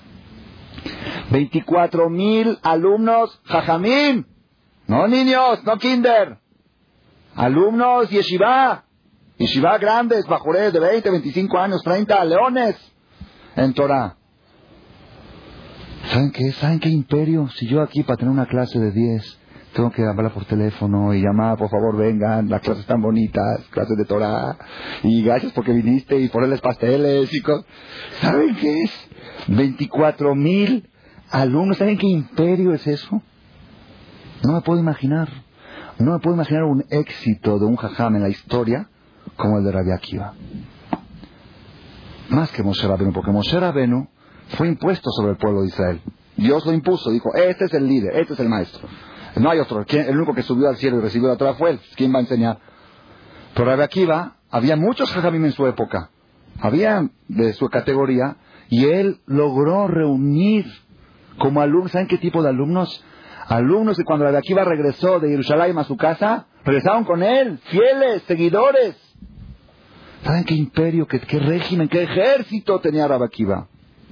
veinticuatro mil alumnos, jajamim. No niños, no kinder. Alumnos, yeshiva. Yeshiva grandes, bajorés de veinte, veinticinco años, treinta, leones. En Torah. ¿Saben qué? ¿Saben qué imperio? Si yo aquí para tener una clase de diez tengo que hablar por teléfono y llamar, por favor vengan, las clases están bonitas, clases de Torah, y gracias porque viniste y ponerles pasteles y cosas. ¿Saben qué es? veinticuatro mil alumnos. ¿Saben qué imperio es eso? No me puedo imaginar. No me puedo imaginar un éxito de un jajam en la historia como el de Rabbi Akiva. Más que Moshe Rabenu, porque Moshe Rabenu fue impuesto sobre el pueblo de Israel. Dios lo impuso, dijo, este es el líder, este es el maestro. No hay otro. El único que subió al cielo y recibió la Torah fue él. ¿Quién va a enseñar? Pero Rabbi Akiva, había muchos jajamim en su época. Había de su categoría, y él logró reunir como alumnos. ¿Saben qué tipo de alumnos? Alumnos que cuando Rabbi Akiva regresó de Jerusalén a su casa, regresaron con él, fieles, seguidores. ¿Saben qué imperio, qué, qué régimen, qué ejército tenía Rabbi Akiva?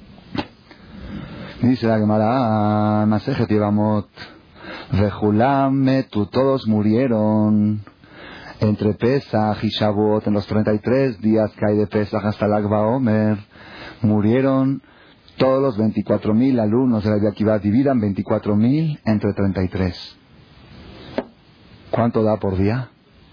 Dice la Gemara, Masejet Yevamot, Vejulam metu, todos murieron entre Pesach y Shavuot, en los treinta y tres días que hay de Pesach hasta Lag BaOmer, murieron todos los veinticuatro mil alumnos de Rabbi Akiva. Dividan veinticuatro mil entre treinta y tres. ¿Cuánto da por día?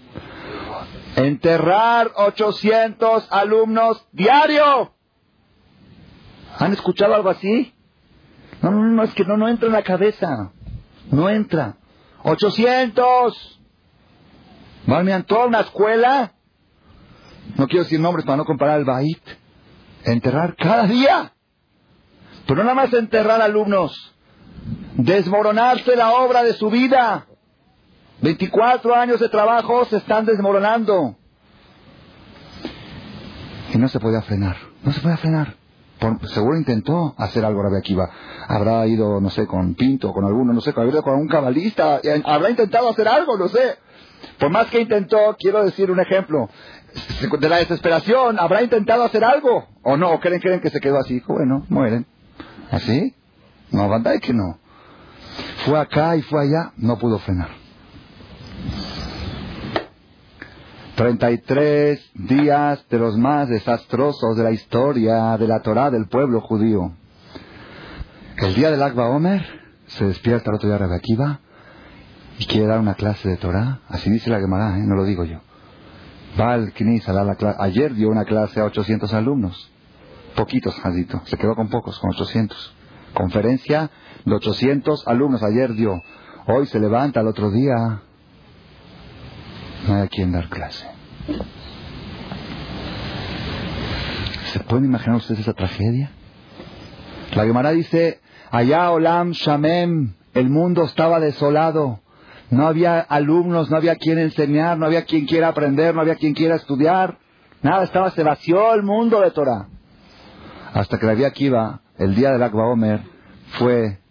Enterrar ochocientos alumnos diario. ¿Han escuchado algo así? No, no, no, es que no, no entra en la cabeza. No entra. ¡ochocientos! ¿Valmian toda una escuela? No quiero decir nombres para no comparar el Bait. Enterrar cada día. Pero no nada más enterrar alumnos. Desmoronarse la obra de su vida. veinticuatro años de trabajo se están desmoronando. Y no se podía frenar. No se podía frenar. Por, seguro intentó hacer algo Rabbi Akiva. Habrá ido, no sé, con Pinto, con alguno, no sé, con algún cabalista. Habrá intentado hacer algo, no sé. Por más que intentó, quiero decir un ejemplo. De la desesperación, ¿habrá intentado hacer algo? ¿O no? ¿O creen, creen que se quedó así? Bueno, mueren. ¿Así? No, verdad que no. Fue acá y fue allá, no pudo frenar. treinta y tres días de los más desastrosos de la historia de la Torá del pueblo judío. El día del Lag BaOmer se despierta el otro día Rabbi Akiva y quiere dar una clase de Torá. Así dice la Gemara, ¿eh? No lo digo yo. Va al Knis a dar la clase. Ayer dio una clase a ochocientos alumnos. Poquitos, Jadito. Se quedó con pocos, con ochocientos. Conferencia de ochocientos alumnos. Ayer dio. Hoy se levanta el otro día. No hay a quien dar clase. ¿Se pueden imaginar ustedes esa tragedia? La Gemara dice, allá Olam Shamem, el mundo estaba desolado. No había alumnos, no había quien enseñar, no había quien quiera aprender, no había quien quiera estudiar. Nada, estaba, se vació el mundo de Torah. Hasta que Rabbi Akiva, el día del Lag BaOmer, fue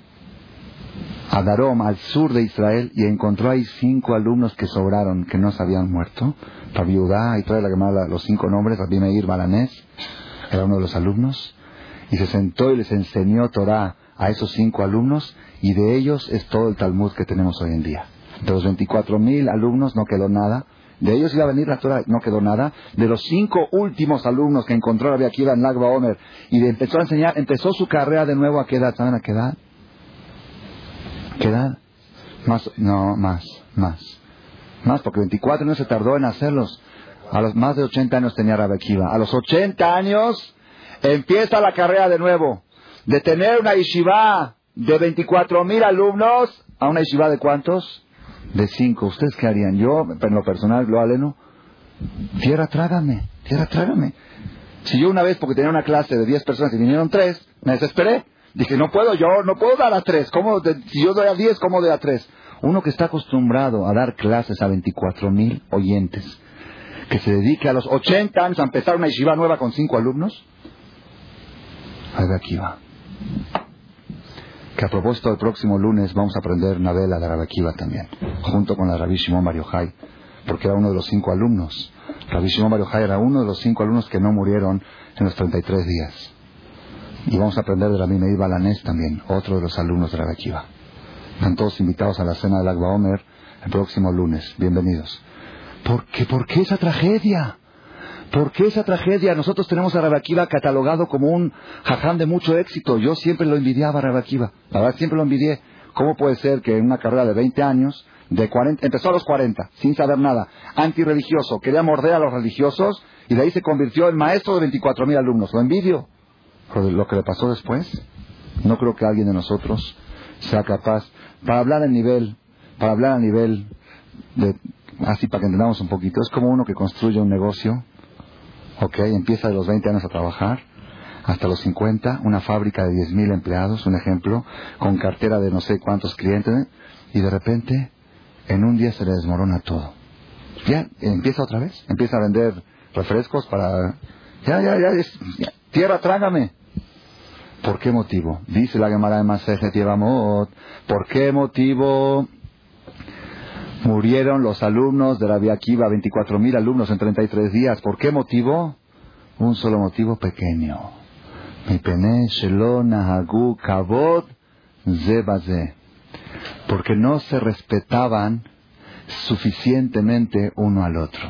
a Darom, al sur de Israel, y encontró ahí cinco alumnos que sobraron, que no se habían muerto. Rabbi Udá, y trae la Gemara los cinco nombres. Rabbi Meir Balanés era uno de los alumnos, y se sentó y les enseñó Torah a esos cinco alumnos, y de ellos es todo el Talmud que tenemos hoy en día. De los veinticuatro mil alumnos no quedó nada. De ellos iba a venir la Torah, no quedó nada. De los cinco últimos alumnos que encontró Rabbi Akiva en Lag BaOmer, y de empezó a enseñar, empezó su carrera de nuevo. ¿A qué edad? ¿Saben a qué edad? ¿Qué edad? Más, no, más, más. Más, porque veinticuatro años se tardó en hacerlos. A los más de ochenta años tenía Rabbi Akiva. A los ochenta años empieza la carrera de nuevo. De tener una yeshiva de veinticuatro mil alumnos a una yeshiva de ¿cuántos? De cinco. ¿Ustedes qué harían? Yo, en lo personal, lo aleno. Tierra, trágame. Tierra, trágame. Si yo una vez, porque tenía una clase de diez personas y vinieron tres, me desesperé. Dije, no puedo, yo no puedo dar a tres. ¿Cómo? De, si yo doy a diez, ¿cómo doy a tres? Uno que está acostumbrado a dar clases a veinticuatro mil oyentes, que se dedique a los ochenta años a empezar una yeshiva nueva con cinco alumnos. A ver, aquí va. Que a propósito, el próximo lunes vamos a aprender una vela de Rabbi Akiva también, junto con la Rabbi Shimon Bar Yochai, porque era uno de los cinco alumnos. Rabbi Shimon Bar Yochai era uno de los cinco alumnos que no murieron en los treinta y tres días. Y vamos a aprender de Rabbi Meir Balanés también, otro de los alumnos de Rabbi Akiva. Están todos invitados a la cena del Lag BaOmer el próximo lunes. Bienvenidos. ¿Por qué, ¿Por qué esa tragedia? ¿Por qué esa tragedia? Nosotros tenemos a Rabbi Akiva catalogado como un jajam de mucho éxito. Yo siempre lo envidiaba a Rabbi Akiva. La verdad, siempre lo envidié. ¿Cómo puede ser que en una carrera de veinte años, de cuarenta, empezó a los cuarenta, sin saber nada, antirreligioso, quería morder a los religiosos, y de ahí se convirtió en maestro de veinticuatro mil alumnos? Lo envidio. Pero lo que le pasó después, No creo que alguien de nosotros sea capaz, para hablar a nivel, para hablar a nivel de, así para que entendamos un poquito, es como uno que construye un negocio, ok, empieza de los veinte años a trabajar, hasta los cincuenta, una fábrica de diez mil empleados, un ejemplo, con cartera de no sé cuántos clientes, y de repente, en un día se le desmorona todo. Ya, empieza otra vez, empieza a vender refrescos para, ya, ya, ya, es, ya tierra, trágame. ¿Por qué motivo? Dice la Gemara de Masejet Yevamot, ¿por qué motivo murieron los alumnos de Rabbi Akiva, veinticuatro mil alumnos en treinta y tres días? ¿Por qué motivo? Un solo motivo pequeño. Mi pene shelo nahagu kavod ze baze. Porque no se respetaban suficientemente uno al otro.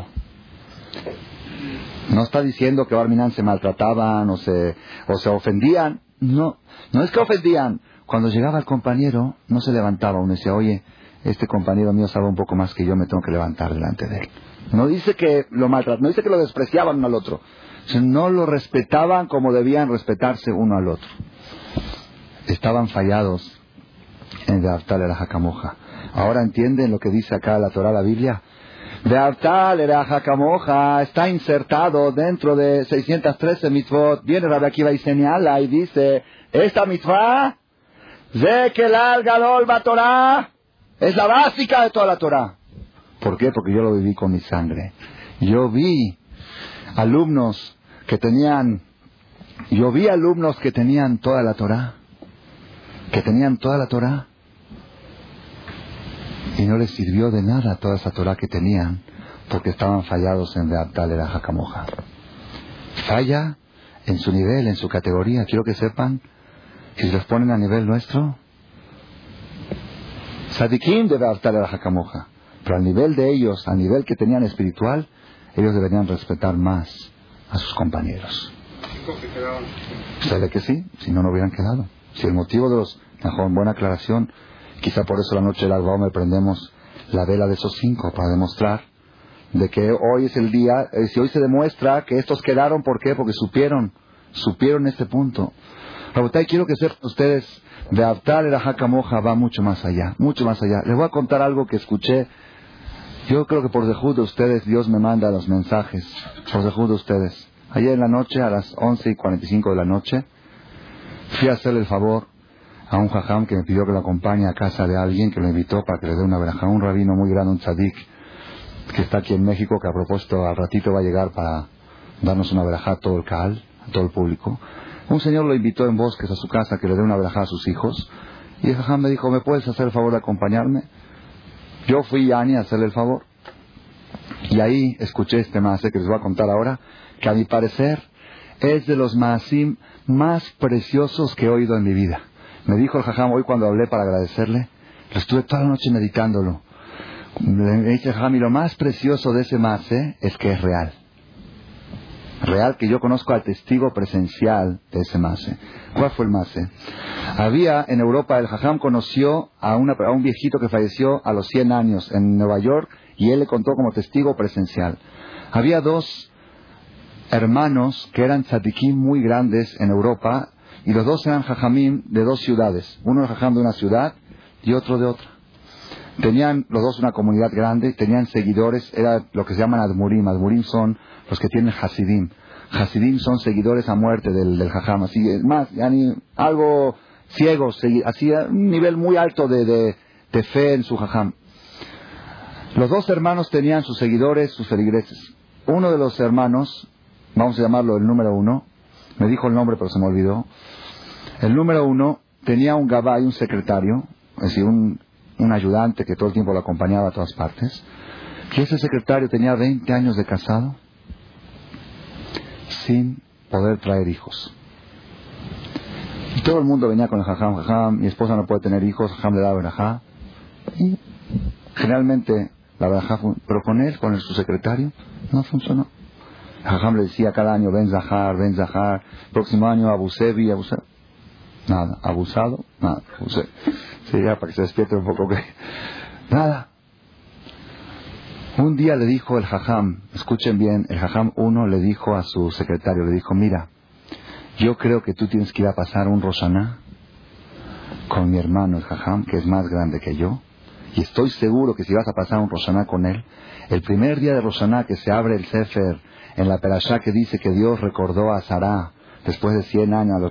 No está diciendo que Barminan se maltrataban o se, o se ofendían. No, no es que ofendían. Cuando llegaba el compañero, no se levantaba. Uno decía, oye, este compañero mío sabe un poco más que yo, me tengo que levantar delante de él. No dice que lo maltrataban, no dice que lo despreciaban uno al otro. No lo respetaban como debían respetarse uno al otro. Estaban fallados en Ve'aftal Eraj Kamoja. Ahora entienden lo que dice acá la Torah, la Biblia. Ve'aftal Eraj Kamoja está insertado dentro de seiscientos trece mitzvot. Viene Rabbi Akiva y señala y dice, esta mitzvah de que el Gadol Batorah es la básica de toda la Torah. ¿Por qué? Porque yo lo viví con mi sangre. Yo vi alumnos que tenían, yo vi alumnos que tenían toda la Torah, que tenían toda la Torah, y no les sirvió de nada toda esa Torah que tenían, porque estaban fallados en Ve'aftal Eraj Kamoja. Falla en su nivel, en su categoría. Quiero que sepan, si los ponen a nivel nuestro, Sadikim de Ve'aftal Eraj Kamoja, pero al nivel de ellos, al nivel que tenían espiritual, ellos deberían respetar más a sus compañeros. ¿Sabe que sí? Si no, no hubieran quedado. Si el motivo de los... Mejor, buena aclaración. Quizá por eso la noche del Lag BaOmer prendemos la vela de esos cinco, para demostrar de que hoy es el día, eh, si hoy se demuestra que estos quedaron, ¿por qué? Porque supieron, supieron este punto. Rabotay, quiero que sepan ustedes, Ve'aftal Eraj Kamoja va mucho más allá, mucho más allá. Les voy a contar algo que escuché. Yo creo que por dejud de ustedes Dios me manda los mensajes, por dejud de ustedes. Ayer en la noche, a las once y cuarenta y cinco de la noche, fui a hacerle el favor a un jajam que me pidió que lo acompañe a casa de alguien, que lo invitó para que le dé una verajá, un rabino muy grande, un tzadik, que está aquí en México, que a propósito al ratito va a llegar para darnos una verajá a todo el Kaal, a todo el público. Un señor lo invitó en Bosques a su casa, que le dé una verajá a sus hijos, y el jajam me dijo, ¿me puedes hacer el favor de acompañarme? Yo fui a Ani a hacerle el favor, y ahí escuché este maasé que les voy a contar ahora, que a mi parecer es de los maasim más preciosos que he oído en mi vida. Me dijo el jajam hoy cuando hablé para agradecerle, lo estuve toda la noche meditándolo. Me dice el jajam, y lo más precioso de ese maasé es que es real. Real, que yo conozco al testigo presencial de ese maasé. ¿Cuál fue el maasé? Había en Europa, el jajam conoció a, una, a un viejito que falleció a los cien años en Nueva York, y él le contó como testigo presencial. Había dos hermanos que eran tzadikim muy grandes en Europa, y los dos eran jajamim de dos ciudades. Uno era jajam de una ciudad y otro de otra. Tenían los dos una comunidad grande, tenían seguidores, era lo que se llaman admurim. Admurim son los que tienen hasidim. Hasidim son seguidores a muerte del, del jajam, así es más, yani, algo ciegos, así a un nivel muy alto de, de, de fe en su jajam. Los dos hermanos tenían sus seguidores, sus feligreses. Uno de los hermanos, vamos a llamarlo el número uno, me dijo el nombre pero se me olvidó. El número uno tenía un gabay, un secretario, es decir, un, un ayudante que todo el tiempo lo acompañaba a todas partes. Y ese secretario tenía veinte años de casado sin poder traer hijos. Y todo el mundo venía con el jajam, jajam, mi esposa no puede tener hijos, jajam le da verajá. Y generalmente la verajá, pero con él, con el, su secretario, no funcionó. El jajam le decía cada año, ven Zahar, ven Zahar, próximo año abusevi, abusevi. Nada, abusado, nada, abusé. Sí, ya para que se despierte un poco, que nada. Un día le dijo el jajam, escuchen bien, el jajam uno le dijo a su secretario, le dijo, mira, yo creo que tú tienes que ir a pasar un Roshaná con mi hermano el Jajam, que es más grande que yo, y estoy seguro que si vas a pasar un Rosh Hashanah con él, el primer día de Rosh Hashanah que se abre el Sefer en la Perashá que dice que Dios recordó a Sará después de cien años a los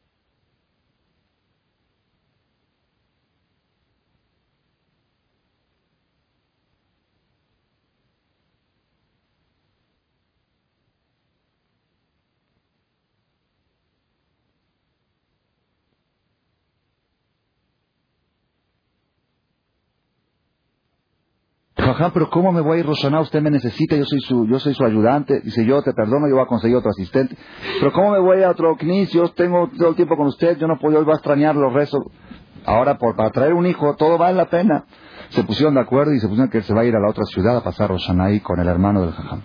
Jajam, pero ¿cómo me voy a ir Rosh Hashanah? Usted me necesita, yo soy su, yo soy su ayudante. Dice, yo te perdono, yo voy a conseguir otro asistente. Pero ¿cómo me voy a otro Knis? Yo tengo todo el tiempo con usted, yo no puedo, hoy voy a extrañar los rezos. Ahora, por, para traer un hijo, todo vale la pena. Se pusieron de acuerdo y se pusieron que él se va a ir a la otra ciudad a pasar Rosh Hashanah ahí con el hermano del Jajam.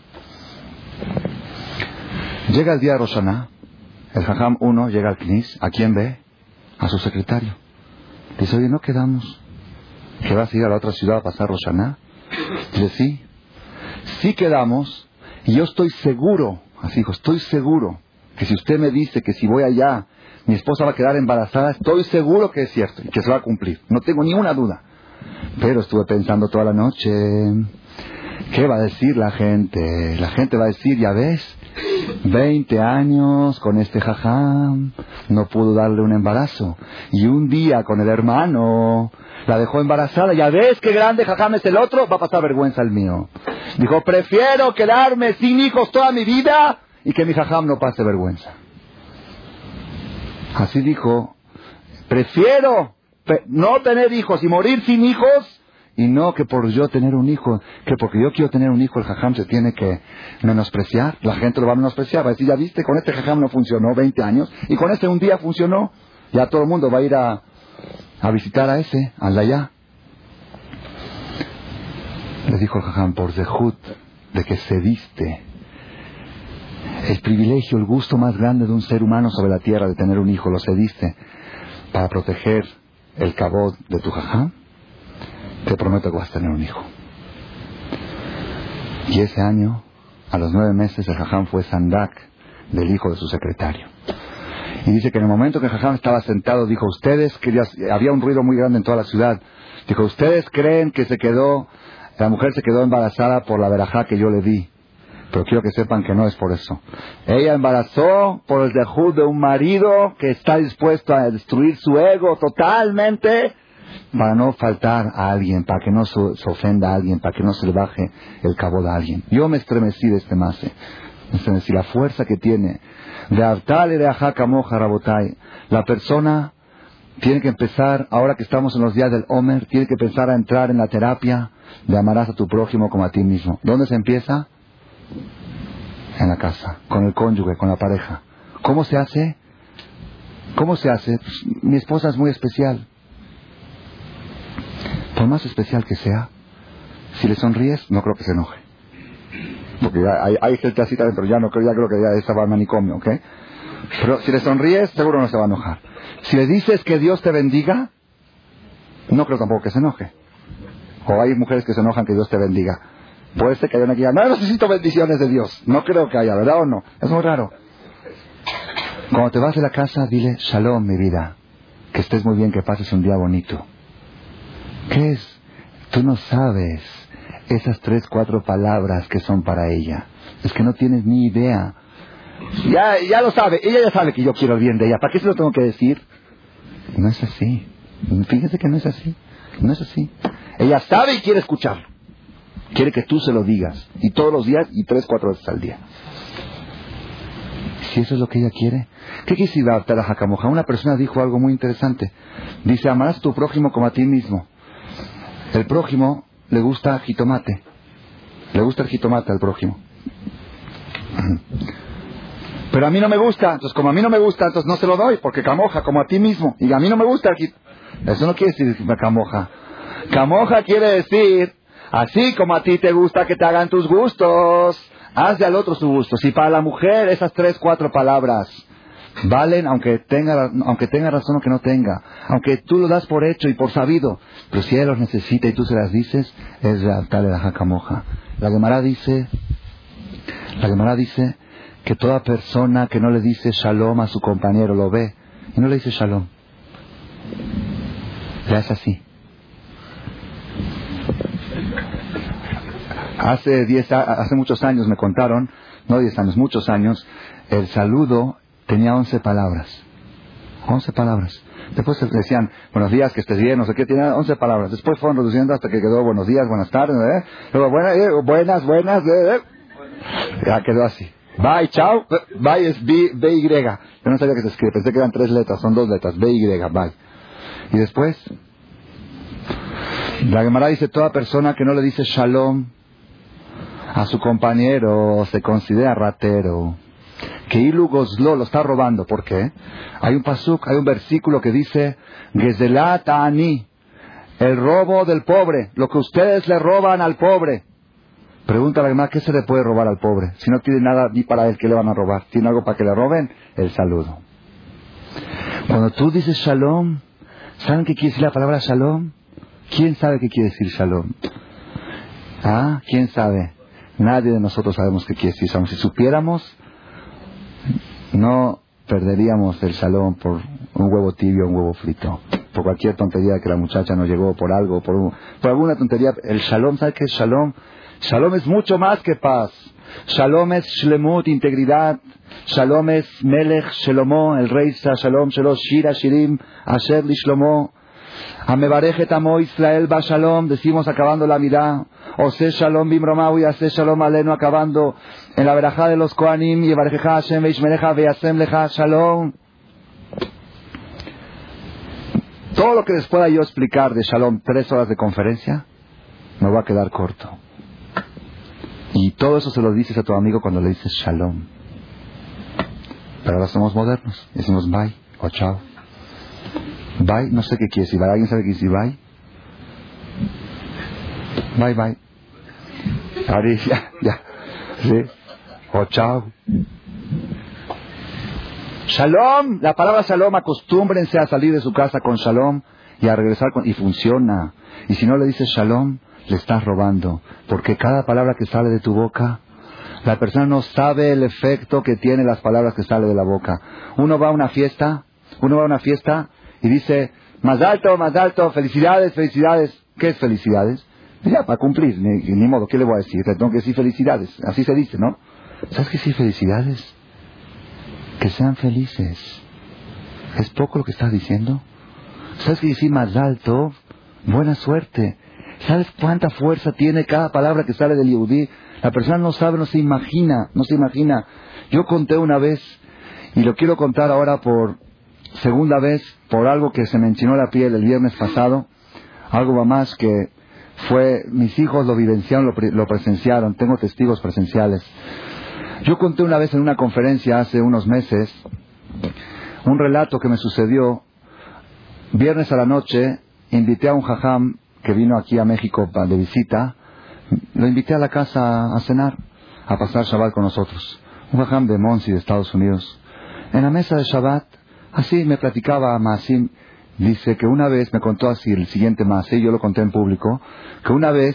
Llega el día de Rosh Hashanah, el Jajam uno llega al Knis, ¿a quién ve? A su secretario. Dice, oye, ¿no quedamos que vas a ir a la otra ciudad a pasar Rosh Hashanah? Dice, sí, sí quedamos, y yo estoy seguro, así dijo, estoy seguro que si usted me dice que si voy allá mi esposa va a quedar embarazada, estoy seguro que es cierto y que se va a cumplir, no tengo ni una duda. Pero estuve pensando toda la noche, ¿qué va a decir la gente? La gente va a decir, ya ves, veinte años con este Jajam, no pudo darle un embarazo, y un día con el hermano la dejó embarazada, ya ves qué grande Jajam es el otro, va a pasar vergüenza el mío. Dijo, prefiero quedarme sin hijos toda mi vida y que mi Jajam no pase vergüenza. Así dijo, prefiero pe- no tener hijos y morir sin hijos, y no que por yo tener un hijo, que porque yo quiero tener un hijo el Jajam se tiene que menospreciar. La gente lo va a menospreciar, va a decir, ya viste, con este Jajam no funcionó veinte años, y con este un día funcionó, ya todo el mundo va a ir a a visitar a ese, al de allá. Le dijo el Jajam, por zehut de que cediste el privilegio, el gusto más grande de un ser humano sobre la tierra, de tener un hijo, lo cediste para proteger el kabod de tu Jajam, te prometo que vas a tener un hijo. Y ese año, a los nueve meses, el Jajam fue sandak del hijo de su secretario. Y dice que en el momento que el Jajam estaba sentado, dijo, ustedes, que ya, había un ruido muy grande en toda la ciudad, dijo, ustedes creen que se quedó, la mujer se quedó embarazada por la verajá que yo le di, pero quiero que sepan que no es por eso. Ella embarazó por el dejud de un marido que está dispuesto a destruir su ego totalmente para no faltar a alguien, para que no se, se ofenda a alguien, para que no se le baje el cabo de alguien. Yo me estremecí de este mase, me estremecí, la fuerza que tiene. De Avtal y de Ajakamoja Rabotai. La persona tiene que empezar, ahora que estamos en los días del Omer, tiene que empezar a entrar en la terapia de amarás a tu prójimo como a ti mismo. ¿Dónde se empieza? En la casa, con el cónyuge, con la pareja. ¿Cómo se hace? ¿Cómo se hace? Pues, mi esposa es muy especial. Por más especial que sea, si le sonríes, no creo que se enoje. Porque hay, hay gente así también, pero ya no creo, ya creo que ya estaba al manicomio, ¿ok? Pero si le sonríes, seguro no se va a enojar. Si le dices que Dios te bendiga, no creo tampoco que se enoje. O hay mujeres que se enojan que Dios te bendiga. Puede ser que haya una que diga, no necesito bendiciones de Dios. No creo que haya, ¿verdad o no? Es muy raro. Cuando te vas de la casa, dile, shalom, mi vida. Que estés muy bien, que pases un día bonito. ¿Qué es? Tú no sabes esas tres, cuatro palabras que son para ella. Es que no tienes ni idea. Ya, ya lo sabe, ella ya sabe que yo quiero el bien de ella. ¿Para qué se lo tengo que decir? No es así. Fíjese que no es así. No es así. Ella sabe y quiere escucharlo. Quiere que tú se lo digas. Y todos los días y tres, cuatro veces al día. Si eso es lo que ella quiere. ¿Qué quiere decir la Jakamoja? Una persona dijo algo muy interesante. Dice, amarás a tu prójimo como a ti mismo. El prójimo le gusta jitomate. Le gusta el jitomate al prójimo. Pero a mí no me gusta. Entonces, como a mí no me gusta, entonces no se lo doy. Porque camoja, como a ti mismo. Y a mí no me gusta el jitomate. Eso no quiere decir camoja. Camoja quiere decir, así como a ti te gusta que te hagan tus gustos, hazle al otro su gusto. Si para la mujer esas tres, cuatro palabras valen, aunque tenga, aunque tenga razón o que no tenga, aunque tú lo das por hecho y por sabido, pero si ella los necesita y tú se las dices, es la tal de la Jakamoja. La Gemara dice, la Gemara dice que toda persona que no le dice shalom a su compañero lo ve y no le dice shalom. Ya es así. Hace diez, hace muchos años me contaron, no diez años, muchos años, el saludo tenía once palabras. Once palabras. Después decían, buenos días, que estés bien, no sé qué, tenía once palabras. Después fueron reduciendo hasta que quedó buenos días, buenas tardes, ¿eh? Luego, buenas, eh, buenas, buenas, eh, eh. Ya quedó así. Bye, chao. Bye es B, B, Y. Yo no sabía que se escribe, pensé que eran tres letras, son dos letras, B, Y, bye. Y después, la Gemara dice, toda persona que no le dice shalom a su compañero se considera ratero. Que Ilu Gozlo lo está robando. ¿Por qué? Hay un pasuk, hay un versículo que dice Gezelat Ani, el robo del pobre, lo que ustedes le roban al pobre. Pregunta a la Gemara, ¿qué se le puede robar al pobre? Si no tiene nada ni para él, ¿qué le van a robar? ¿Tiene algo para que le roben? El saludo. Cuando tú dices shalom, ¿saben qué quiere decir la palabra shalom? ¿Quién sabe qué quiere decir shalom? ¿Ah? ¿Quién sabe? Nadie de nosotros sabemos qué quiere decir shalom. Si supiéramos, no perderíamos el shalom por un huevo tibio o un huevo frito, por cualquier tontería que la muchacha no llegó, por algo, por, un, por alguna tontería. El shalom, ¿sabe qué es shalom? Shalom es mucho más que paz. Shalom es shlemut, integridad. Shalom es melech shelomo, el rey Shalom Shelo, Shira Shirim, Asher li Shlomo. Amebarejet amo Israel ba Shalom, decimos acabando la mirá. Ose Shalom bimromau y Ase Shalom aleno, acabando en la verajá de los Kohanim. Y Barejeja Hashem veishmereja veyasem leja Shalom. Todo lo que les pueda yo explicar de Shalom, tres horas de conferencia, me va a quedar corto. Y todo eso se lo dices a tu amigo cuando le dices Shalom. Pero ahora somos modernos. Decimos bye o chao. Bye, no sé qué quiere decir. ¿Alguien sabe qué quiere decir bye? Bye, bye. Ari, ya, ya. ¿Sí? O chao. Shalom. La palabra shalom, acostúmbrense a salir de su casa con shalom y a regresar con... Y funciona. Y si no le dices shalom, le estás robando. Porque cada palabra que sale de tu boca, la persona no sabe el efecto que tienen las palabras que salen de la boca. Uno va a una fiesta, uno va a una fiesta y dice, más alto, más alto, felicidades, felicidades. ¿Qué es felicidades? Ya, para cumplir, ni, ni modo, ¿qué le voy a decir? Te tengo que decir felicidades. Así se dice, ¿no? ¿Sabes qué decir felicidades? Que sean felices. ¿Es poco lo que estás diciendo? ¿Sabes qué decir más alto? Buena suerte. ¿Sabes cuánta fuerza tiene cada palabra que sale del Yehudí? La persona no sabe, no se imagina, no se imagina. Yo conté una vez, y lo quiero contar ahora por segunda vez, por algo que se me enchinó la piel el viernes pasado, algo más que fue, mis hijos lo vivenciaron, lo, lo presenciaron, tengo testigos presenciales. Yo conté una vez en una conferencia hace unos meses, un relato que me sucedió, viernes a la noche, invité a un jajam que vino aquí a México de visita, lo invité a la casa a cenar, a pasar Shabbat con nosotros. Un jajam de Monsi, de Estados Unidos. En la mesa de Shabbat, así me platicaba a Maasim, dice que una vez, me contó así el siguiente Maasim, yo lo conté en público, que una vez,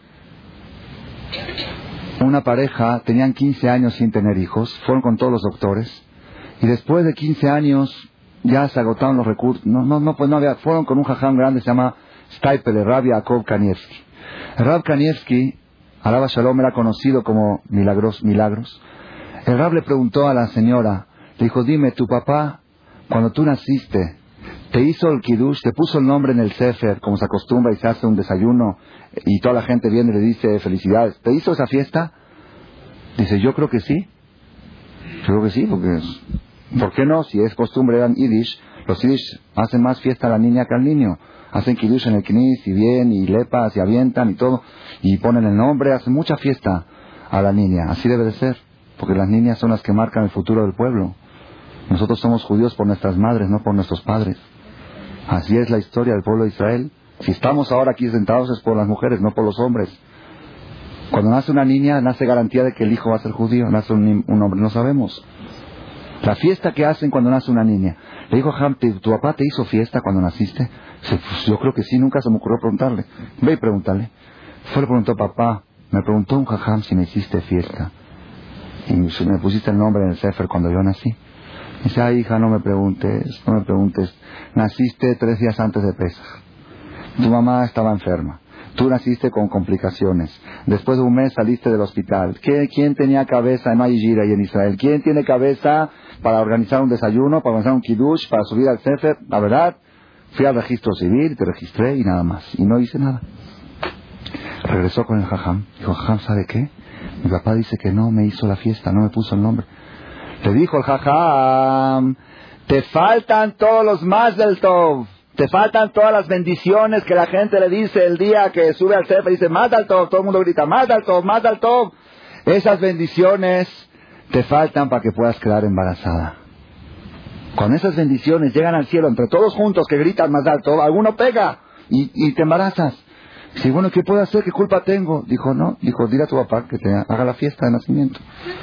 una pareja, tenían quince años sin tener hijos, fueron con todos los doctores, y después de quince años, ya se agotaron los recursos, no, no, no, pues no había, fueron con un jajam grande, se llama Stipel, Rav Yaakov Kanievski. El Rav Kanievski, Alaba Shalom, era conocido como Milagros, Milagros. El Rav le preguntó a la señora, le dijo, dime, tu papá, cuando tú naciste, te hizo el kiddush, te puso el nombre en el sefer, como se acostumbra y se hace un desayuno, y toda la gente viene y le dice felicidades, ¿te hizo esa fiesta? Dice, yo creo que sí. Yo creo que sí, porque, ¿por qué no? Si es costumbre, eran Yiddish, los Yiddish hacen más fiesta a la niña que al niño. Hacen kiddush en el knis y bien, y lepas, y avientan y todo, y ponen el nombre, hacen mucha fiesta a la niña. Así debe de ser, porque las niñas son las que marcan el futuro del pueblo. Nosotros somos judíos por nuestras madres, no por nuestros padres. Así es la historia del pueblo de Israel. Si estamos ahora aquí sentados es por las mujeres, no por los hombres. Cuando nace una niña, nace garantía de que el hijo va a ser judío, nace un, un hombre, no sabemos. La fiesta que hacen cuando nace una niña. Le dijo a Ham, ¿tu papá te hizo fiesta cuando naciste? Dice, pues yo creo que sí, nunca se me ocurrió preguntarle. Ve y pregúntale. Fue, le preguntó, papá, me preguntó un jajam si me hiciste fiesta. Y me pusiste el nombre en el sefer cuando yo nací. Dice, ay hija, no me preguntes, no me preguntes. Naciste tres días antes de Pesaj. Tu mamá estaba enferma. Tú naciste con complicaciones. Después de un mes saliste del hospital. ¿Quién tenía cabeza en Mayijira y en Israel? ¿Quién tiene cabeza para organizar un desayuno, para organizar un kiddush, para subir al sefer? La verdad, fui al registro civil, te registré y nada más. Y no hice nada. Regresó con el jajam. Dijo, jajam, ¿sabe qué? Mi papá dice que no me hizo la fiesta, no me puso el nombre. Le dijo el jajam, te faltan todos los más del Tov. Te faltan todas las bendiciones que la gente le dice el día que sube al sefer. Dice, más al Tov. Todo el mundo grita, más al Tov, más al Tov. Esas bendiciones te faltan para que puedas quedar embarazada. Cuando esas bendiciones llegan al cielo, entre todos juntos que gritan más alto, alguno pega y, y te embarazas. Dice, bueno, ¿qué puedo hacer? ¿Qué culpa tengo? Dijo, no. Dijo, dile a tu papá que te haga la fiesta de nacimiento.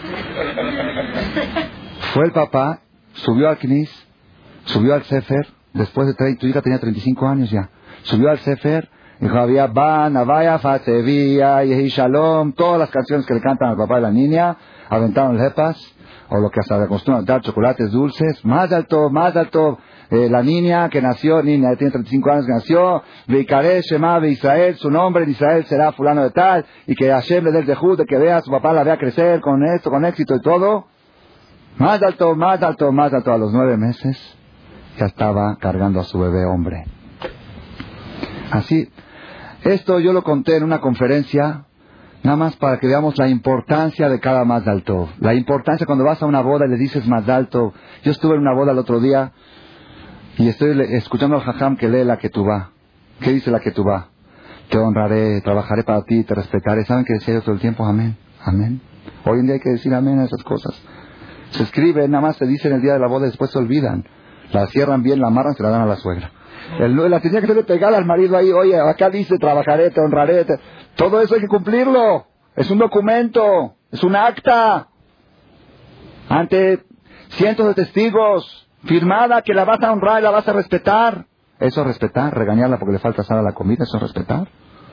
Fue el papá, subió al Knis, subió al sefer. Después de treinta, tu hija tenía treinta y cinco años ya. Subió al sefer, dijo, había Ban, Avaya, Fatevia, Yehi Shalom, todas las canciones que le cantan al papá de la niña, aventaron lepas, o lo que hasta le acostumbran dar, chocolates dulces, más alto, más alto, eh, la niña que nació, niña, tiene treinta y cinco años que nació, Veikare Shema de Israel, su nombre en Israel será fulano de tal, y que Hashem le dé el dejud de que vea a su papá, la vea crecer con esto, con éxito y todo. Más alto, más alto, más alto, a los nueve meses, ya estaba cargando a su bebé hombre. Así, esto yo lo conté en una conferencia, nada más para que veamos la importancia de cada Mazal Tov. La importancia cuando vas a una boda y le dices Mazal Tov. Yo estuve en una boda el otro día y estoy escuchando al Jajam que lee la Ketubá. ¿Qué dice la Ketubá? Te honraré, trabajaré para ti, te respetaré. ¿Saben qué decía yo todo el tiempo? Amén, amén. Hoy en día hay que decir amén a esas cosas. Se escribe, nada más se dice en el día de la boda y después se olvidan. La cierran bien, la amarran, se la dan a la suegra. El, la tenía que ser pegada al marido ahí. Oye, acá dice, trabajaré, te honraré. Te... Todo eso hay que cumplirlo. Es un documento, es un acta. Ante cientos de testigos, firmada, que la vas a honrar y la vas a respetar. Eso es respetar, regañarla porque le falta sal a la comida, eso es respetar.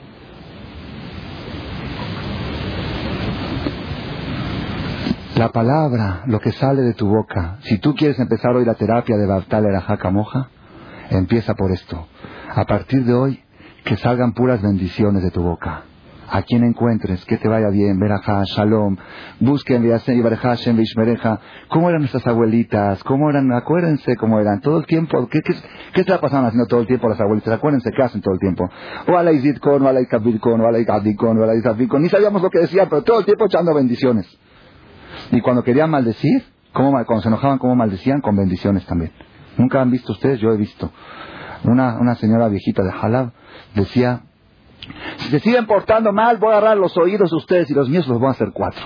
La palabra, lo que sale de tu boca. Si tú quieres empezar hoy la terapia de Baftal Erajá Moja, empieza por esto. A partir de hoy, que salgan puras bendiciones de tu boca. A quien encuentres, que te vaya bien, Berajá, Shalom, busquen, Hashem, Vishmereja. ¿Cómo eran nuestras abuelitas? ¿Cómo eran? Acuérdense cómo eran. Todo el tiempo, ¿qué, qué, qué se la pasaban haciendo todo el tiempo las abuelitas? Acuérdense qué hacen todo el tiempo. O alay zitkon, o alay kabirkon, o alay kadikon, o alay zafikon. Ni sabíamos lo que decían, pero todo el tiempo echando bendiciones. Y cuando querían maldecir, ¿cómo, cuando se enojaban, ¿cómo maldecían? Con bendiciones también. ¿Nunca han visto ustedes? Yo he visto. Una, una señora viejita de Halab decía, si se siguen portando mal, voy a agarrar los oídos de ustedes y los míos los voy a hacer cuatro.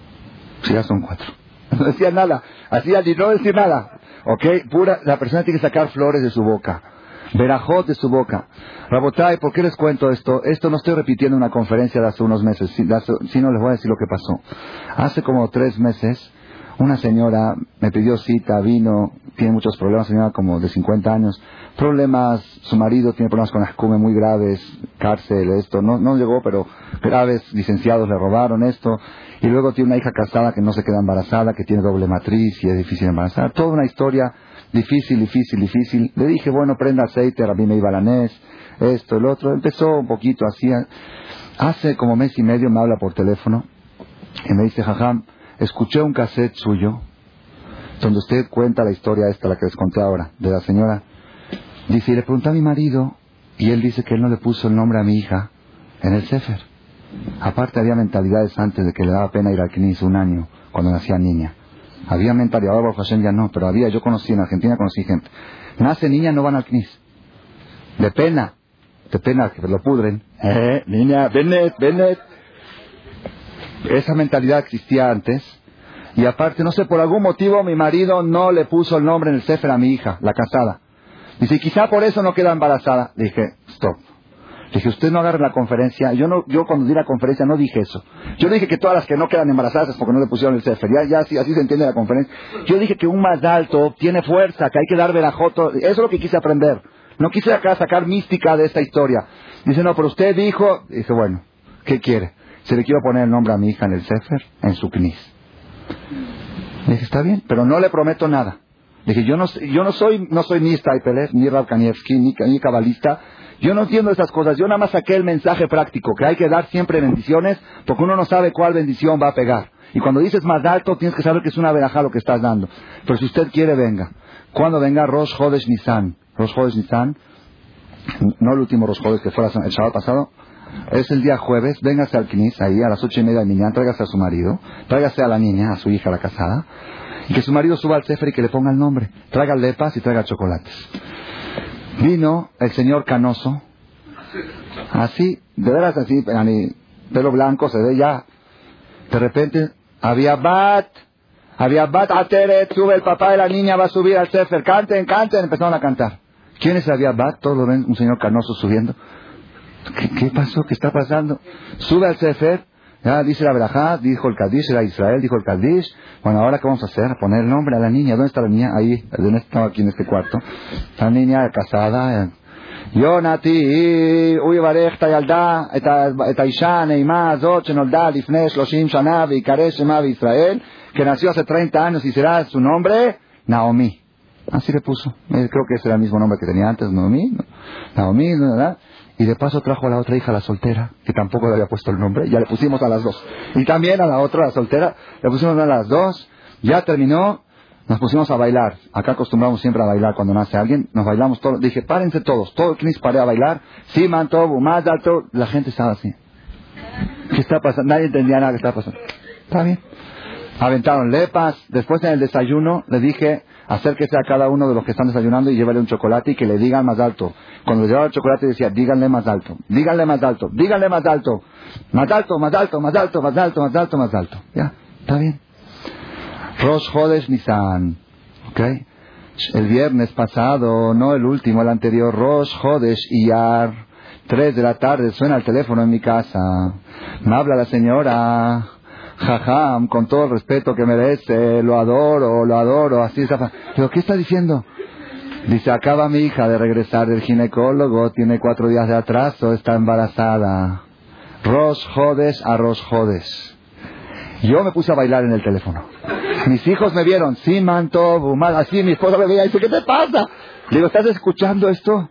Si ya son cuatro. No decía nada. Hacía ni no decir nada. ¿Ok? Pura, la persona tiene que sacar flores de su boca. Verajot de su boca. Rabotai, ¿por qué les cuento esto? Esto no estoy repitiendo una conferencia de hace unos meses, sino les voy a decir lo que pasó. Hace como tres meses, una señora me pidió cita, vino, tiene muchos problemas, señora como de cincuenta años, problemas, su marido tiene problemas con ascume muy graves, cárcel, esto, no, no llegó, pero graves, licenciados le robaron esto, y luego tiene una hija casada que no se queda embarazada, que tiene doble matriz y es difícil embarazar, toda una historia difícil, difícil, difícil. Le dije, bueno, prenda aceite, Rabbi Meir Balanés, esto, el otro. Empezó un poquito así. Hace como mes y medio me habla por teléfono y me dice, Jajam, escuché un cassette suyo donde usted cuenta la historia esta, la que les conté ahora, de la señora. Dice, y le pregunté a mi marido y él dice que él no le puso el nombre a mi hija en el Sefer. Aparte había mentalidades antes de que le daba pena ir al Knis un año, cuando nacía niña. Había mentalidad, ahora por Hashem ya no, pero había, yo conocí, en Argentina conocí gente. Nace niña, no van al Knis. De pena, de pena, que lo pudren. Eh, niña, Benet, Benet. Esa mentalidad existía antes. Y aparte, no sé, por algún motivo mi marido no le puso el nombre en el Sefer a mi hija, la casada. Dice, quizá por eso no queda embarazada. Le dije, stop. Le dije, usted no agarre la conferencia. Yo no, yo cuando di la conferencia no dije eso. Yo dije que todas las que no quedan embarazadas es porque no le pusieron el Sefer. Ya, ya así, así se entiende la conferencia. Yo dije que un más alto tiene fuerza, que hay que dar verajoto. Eso es lo que quise aprender. No quise acá sacar mística de esta historia. Dice, no, pero usted dijo... Dice, bueno, ¿qué quiere? Se le quiero poner el nombre a mi hija en el Sefer, en su Knis. Le dije, está bien, pero no le prometo nada. Dije, yo no, yo no soy, no soy ni Staipeler, ni Rav Kanievski, ni, ni cabalista. Yo no entiendo esas cosas. Yo nada más saqué el mensaje práctico, que hay que dar siempre bendiciones, porque uno no sabe cuál bendición va a pegar. Y cuando dices más alto, tienes que saber que es una verajá lo que estás dando. Pero si usted quiere, venga. Cuando venga Rosh Chodesh Nisan, Rosh Chodesh Nisan, no el último Rosh Chodesh que fue el sábado pasado, es el día jueves, véngase al Knis, ahí a las ocho y media de la mañana, tráigase a su marido, tráigase a la niña, a su hija, la casada, y que su marido suba al Sefer y que le ponga el nombre. Traiga lepas y traiga chocolates. Vino el señor Canoso, así, de veras así, pelo blanco, se ve ya. De repente, había bat, había bat ateret, sube el papá de la niña, va a subir al Sefer, canten, canten, empezaron a cantar. ¿Quién es había bat? Todos lo ven, un señor Canoso subiendo. ¿Qué, ¿Qué pasó? ¿Qué está pasando? Sube al Sefer, ya dice la verajá, dijo el Kadish, era Israel, dijo el Kadish. Bueno, ahora ¿qué vamos a hacer? Poner el nombre a la niña. ¿Dónde está la niña? Ahí, ¿dónde estaba aquí en este cuarto? La niña casada. Yonati, uy barej tayalda, et Aisha neima zot shenolda lifnei shloshim shana v'yikare shema Israel, que nació hace treinta años y será su nombre Naomi. Así le puso. Creo que ese era el mismo nombre que tenía antes, Naomi. ¿no? Naomi, ¿verdad? Y de paso trajo a la otra hija, la soltera, que tampoco le había puesto el nombre. Ya le pusimos a las dos. Y también a la otra, la soltera, le pusimos a las dos. Ya terminó. Nos pusimos a bailar. Acá acostumbramos siempre a bailar cuando nace alguien. Nos bailamos todos. Dije, párense todos. Todo el Knis paré a bailar. Sí, manto, más alto. La gente estaba así. ¿Qué está pasando? Nadie entendía nada que estaba pasando. Está bien. Aventaron lepas. Después en el desayuno le dije, acérquese a cada uno de los que están desayunando y llévale un chocolate y que le digan más alto. Cuando le llevaba el chocolate decía, díganle más alto, díganle más alto, díganle más alto, más alto, más alto, más alto, más alto, más alto, más alto. Ya, está bien. Rosh Chodesh Nisan, ¿ok? El viernes pasado, no el último, el anterior, Rosh Chodesh Iyar, tres de la tarde, suena el teléfono en mi casa, me habla la señora, jajam, con todo el respeto que merece, lo adoro, lo adoro, así es. Pero, ¿qué está diciendo? Dice, acaba mi hija de regresar del ginecólogo, tiene cuatro días de atraso, está embarazada. Rosh Chodesh a Rosh Chodesh. Yo me puse a bailar en el teléfono. Mis hijos me vieron, sí, manto, bumal, así, mi esposa me veía y dice, ¿qué te pasa? Le digo, ¿estás escuchando esto?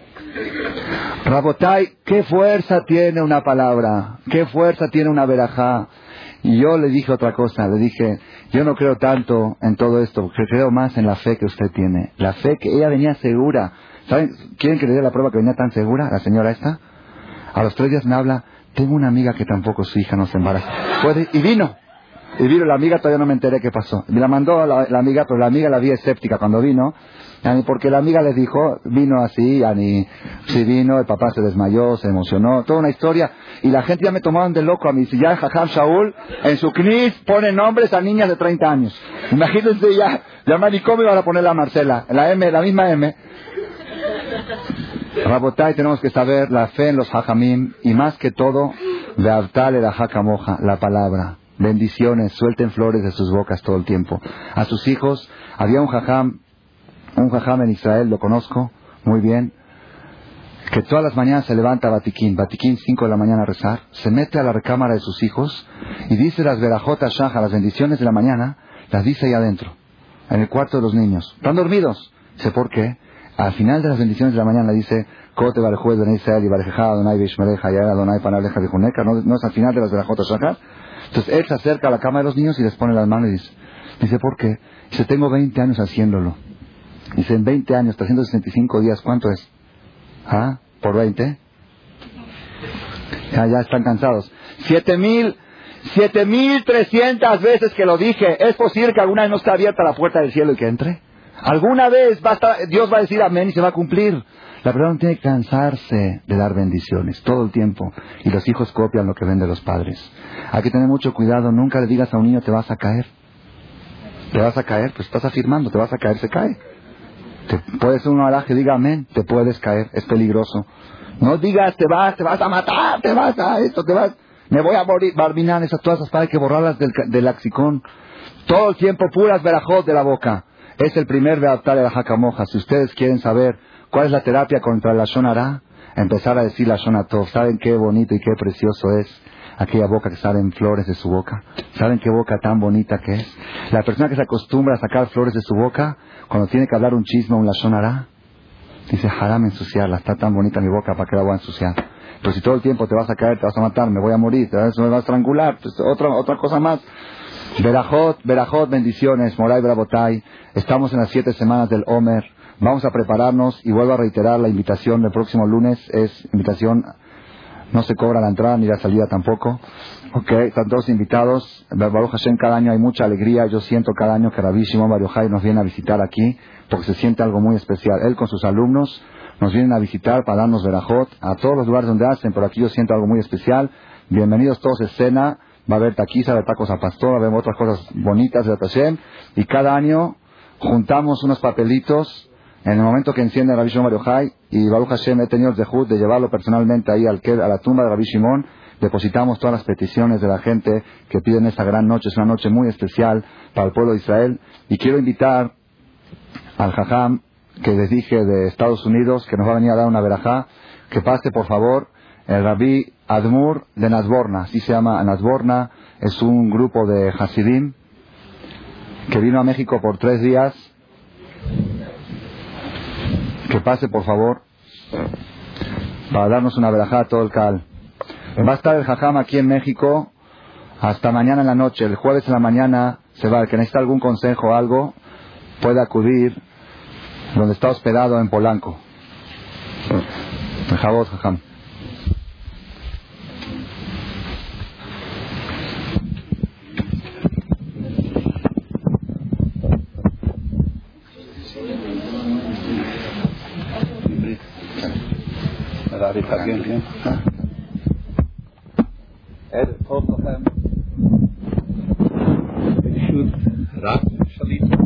Rabotai, ¿qué fuerza tiene una palabra? ¿Qué fuerza tiene una verajá? Y yo le dije otra cosa, le dije, yo no creo tanto en todo esto, porque creo más en la fe que usted tiene. La fe que ella venía segura. ¿Saben? ¿Quieren que le dé la prueba que venía tan segura, la señora esta? A los tres días me habla, tengo una amiga que tampoco su hija no se embaraza. ¿Puede? Y vino. Y vino la amiga, todavía no me enteré qué pasó. Me la mandó la, la amiga, pero la amiga la vi escéptica cuando vino. Porque la amiga les dijo, vino así, ni si vino, el papá se desmayó, se emocionó, toda una historia. Y la gente ya me tomaron de loco a mí. Si ya Jajam Shaul, en su Knis, pone nombres a niñas de treinta años. Imagínense ya, ya manicomio iban a poner la Marcela, la M, la misma M. Rabotai, tenemos que saber la fe en los Jajamim, y más que todo, de Avtal el Hakamoja, la palabra. Bendiciones, suelten flores de sus bocas todo el tiempo. A sus hijos, había un Jajam, un jajam en Israel, lo conozco muy bien, que todas las mañanas se levanta a Batiquín, Batiquín cinco de la mañana a rezar, se mete a la recámara de sus hijos y dice las verajotas shaja, las bendiciones de la mañana, las dice ahí adentro, en el cuarto de los niños. ¿Están dormidos? Sé por qué. Al final de las bendiciones de la mañana dice, Kote Barejuez Benei Israel y Barejeja Adonai Bishmereja y Adonai Panableja Bijuneca, no, no es al final de las verajotas shaja. Entonces él se acerca a la cama de los niños y les pone las manos y dice, dice ¿por qué? Dice, tengo veinte años haciéndolo. Dice, en veinte años, trescientos sesenta y cinco días, ¿cuánto es? ¿Ah? ¿Por veinte? Ya, ya están cansados. Siete mil, siete mil trescientas veces que lo dije. ¿Es posible que alguna vez no esté abierta la puerta del cielo y que entre? Alguna vez va a estar, Dios va a decir amén y se va a cumplir. La persona no tiene que cansarse de dar bendiciones todo el tiempo. Y los hijos copian lo que ven de los padres. Hay que tener mucho cuidado. Nunca le digas a un niño, te vas a caer. ¿Te vas a caer? Pues estás afirmando, te vas a caer, se cae. Te puede ser un alaj que diga amén, te puedes caer, es peligroso. No digas, te vas, te vas a matar, te vas a esto, te vas, me voy a morir. Barminan, esas todas esas para que borrarlas del, del lexicón. Todo el tiempo puras verajot de la boca. Es el primer beaptar de la Hakamoja. Si ustedes quieren saber cuál es la terapia contra la Lashon Hara, empezar a decir la Lashon Tov. ¿Saben qué bonito y qué precioso es? aquella boca que salen flores de su boca. ¿Saben qué boca tan bonita que es? La persona que se acostumbra a sacar flores de su boca, cuando tiene que hablar un chisme o un lashon hara, dice, haram ensuciarla, está tan bonita mi boca, ¿para qué la voy a ensuciar? Pero si todo el tiempo te vas a caer, te vas a matar, me voy a morir, te vas, me vas a estrangular, pues otra, otra cosa más. Berajot, Berajot, bendiciones, Moray Brabotay. Estamos en las siete semanas del Omer. Vamos a prepararnos y vuelvo a reiterar la invitación del próximo lunes. Es invitación, no se cobra la entrada ni la salida tampoco. Ok, están todos invitados. Baruch Hashem, cada año hay mucha alegría. Yo siento cada año que Rabbi Shimon Bar Yochai nos viene a visitar aquí porque se siente algo muy especial. Él con sus alumnos nos vienen a visitar para darnos Berajot a todos los lugares donde hacen, pero aquí yo siento algo muy especial. Bienvenidos todos a escena. Va a haber taquiza, va a haber tacos a pastor, va a haber otras cosas bonitas de Hashem. Y cada año juntamos unos papelitos en el momento que enciende Rabbi Shimon Bar Yochai, y Baruch Hashem he tenido el zehut de llevarlo personalmente ahí al, a la tumba de Rabbi Shimon. Depositamos todas las peticiones de la gente que piden esta gran noche. Es una noche muy especial para el pueblo de Israel. Y quiero invitar al Jajam que les dije de Estados Unidos, que nos va a venir a dar una verajá, que pase por favor el Rabbi Admur de Nasborna. Así se llama Nasborna. Es un grupo de Hasidim que vino a México por tres días. Que pase por favor para darnos una verajá a todo el Cal. Va a estar el Jajam aquí en México hasta mañana en la noche. El jueves en la mañana se va. El que necesita algún consejo o algo puede acudir donde está hospedado en Polanco. Jabot, Jajam. ערב טוב לכם, ברשות רב שליטה.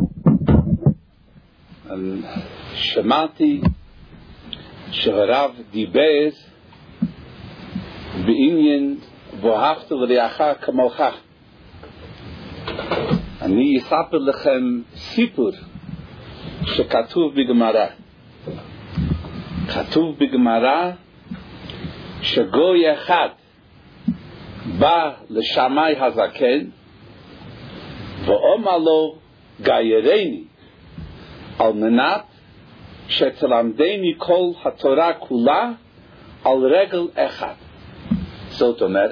שמעתי שהרב דיבר בעניין ואהבת לרעך כמוך. אני אספר לכם סיפור שכתוב בגמרא. כתוב בגמרא שגוי אחד בא לשמאי הזקן ואומר לו גיירני על מנת שתלמדני כל התורה כולה על רגל אחד. זאת אומרת,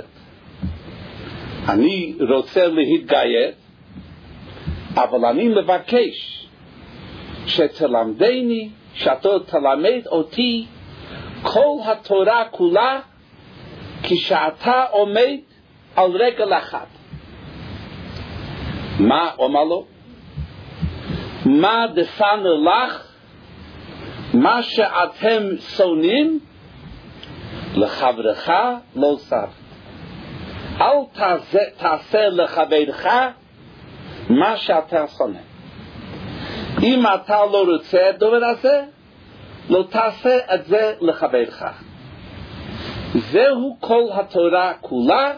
אני רוצה להתגייר, אבל אני מבקש שתלמדני, שאתה תלמד אותי כל התורה כולה כשאתה עומד על רגל אחת. מה אומר לו? מה דפנה לך? מה שאתם שונאים לחברך לא סב. אל תעשה, תעשה לחברך מה שאתה שונא. אם אתה לא רוצה את הדבר הזה, לא תעשה את זה לחברך. זהו כל התורה כולה,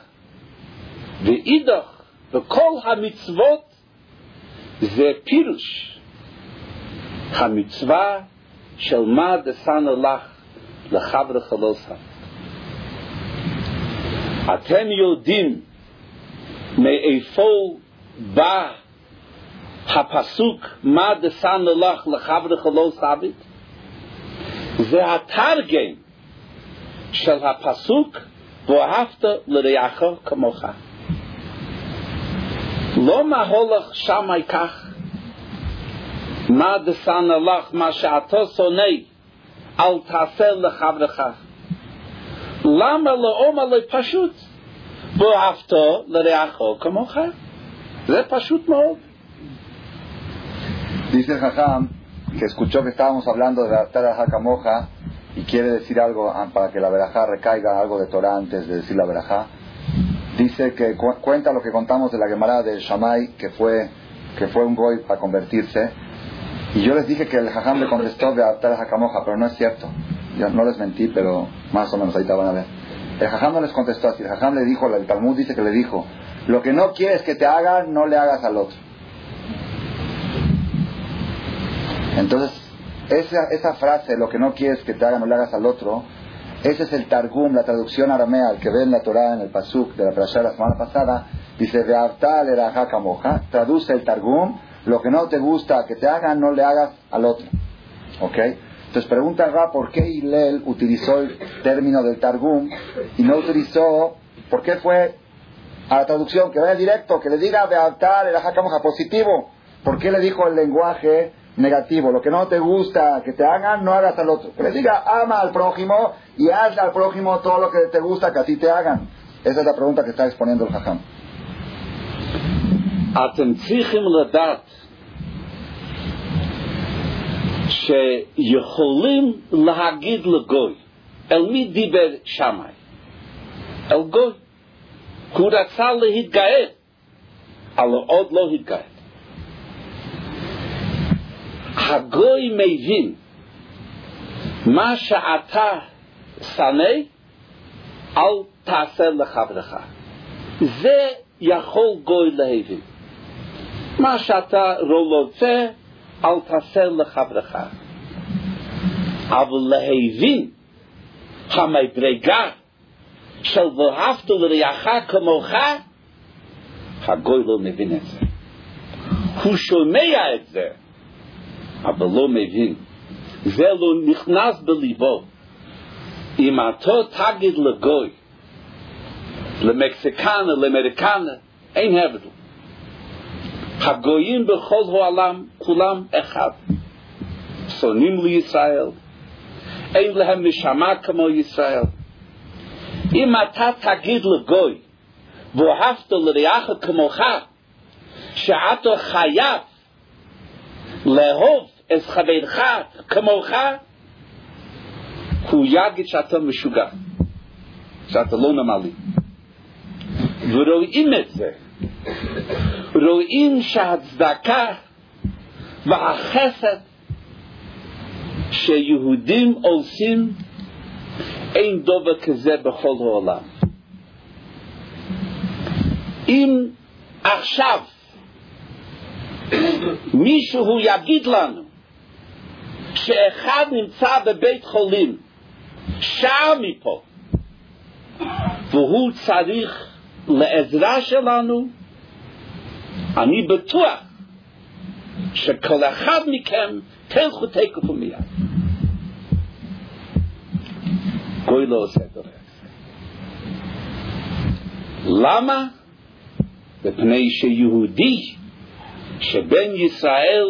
ואידך וכל המצוות זה פירוש המצווה של מה דשנא לך לחברך לא סב. אתם יודעים מאיפה בא הפסוק מה דשנא לך לחברך לא סבת? זה התרגם של הפסוק ואהבת לרעך כמוך. לא מהולך שמאי כך מה דשנא לך, מה שאתה שונא אל תעשה לחברך. למה לא אומר לי פשוט ואהבת לרעך כמוך? זה פשוט מאוד. Dice el Jajam que escuchó que estábamos hablando de adaptar a Hakamoja y quiere decir algo para que la verajá recaiga, algo de Torah antes de decir la verajá. Dice que cu- cuenta lo que contamos de la Gemara de Shammai, que fue que fue un goy para convertirse, y yo les dije que el Jajam le contestó de adaptar a Hakamoja, pero no es cierto. Yo no les mentí, pero más o menos ahorita van a ver. El Jajam no les contestó así. El Jajam le dijo, el Talmud dice que le dijo, lo que no quieres que te hagan, no le hagas al otro. Entonces, esa, esa frase, lo que no quieres que te hagan, no le hagas al otro, Ese es el Targum, la traducción aramea, el que ve en la Torah, en el Pasuk de la Parashá de la semana pasada. Dice, Ve'avta l'eraja kamoja. Traduce el Targum, lo que no te gusta que te hagan, no le hagas al otro. ¿Ok? Entonces pregunta Ra, ¿por qué Hillel utilizó el término del Targum y no utilizó, por qué fue a la traducción, que vaya directo, que le diga Ve'avta l'eraja kamoja, positivo? ¿Por qué le dijo el lenguaje negativo? Lo que no te gusta que te hagan, no hagas al otro. Que le diga, ama al prójimo y hazle al prójimo todo lo que te gusta que a ti te hagan. Esa es la pregunta que está exponiendo el Jajam. אתם צריכים לדעת שיכולים להגיד לגוי, אל מי דיבר שמאי? אל גוי. הוא רצה להתגאל, אבל עוד לא התגאל. הגוי מבין מה שאתה שנא, אל תעשה לחברך. זה יכול גוי להבין. מה שאתה לא רוצה, אל תעשה לחברך. אבל להבין המדרגה של ואהבת לרעך כמוך, הגוי לא מבין את זה. הוא שומע את זה, אבל לא מבין. זה לא נכנס בליבו. אם אתה תגיד לגוי, למקסיקנה, לאמריקנה, אין הבדל. הגויים בכל העולם, כולם אחד. שונאים לישראל, אין להם נשמה כמו ישראל. אם אתה תגיד לגוי, ואהבת לרעך כמוך, שאתה חייב לאהוב את חברך כמוך, הוא יגיד שאתה משוגע, שאתה לא נורמלי. ורואים את זה, רואים שהצדקה והחסד שיהודים עושים אין דבר כזה בכל העולם. אם עכשיו מישהו יגיד לנו שאחד נמצא בבית חולים שעה מפה והוא צריך לעזרה שלנו, אני בטוח שכל אחד מכם תלכו תקפו מיד. גוי לא עושה דבר כזה. למה? בפני שיהודי שבן ישראל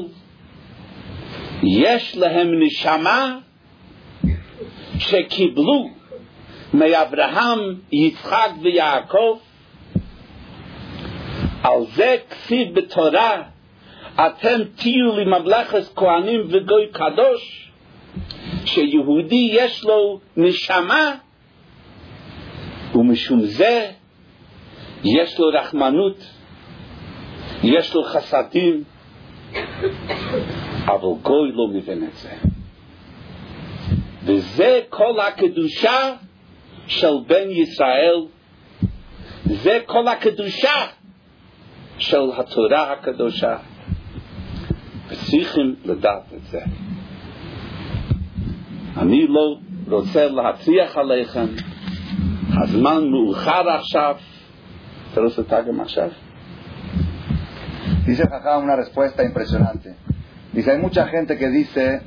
יש להם נשמה שקיבלו מאברהם, יצחק ויעקב. על זה כתיב בתורה, אתם תהיו לי ממלכת כהנים וגוי קדוש. שיהודי יש לו נשמה, ומשום זה יש לו רחמנות, יש לו חסדים, אבל גוי לא מבין את זה. וזה כל הקדושה של בן ישראל, זה כל הקדושה של התורה הקדושה, וצריכים לדעת את זה. אני לא רוצה להצליח עליכם, הזמן מאוחר עכשיו. ¿Te lo está que más? Dice Jajá una respuesta impresionante. Dice, hay mucha gente que dice,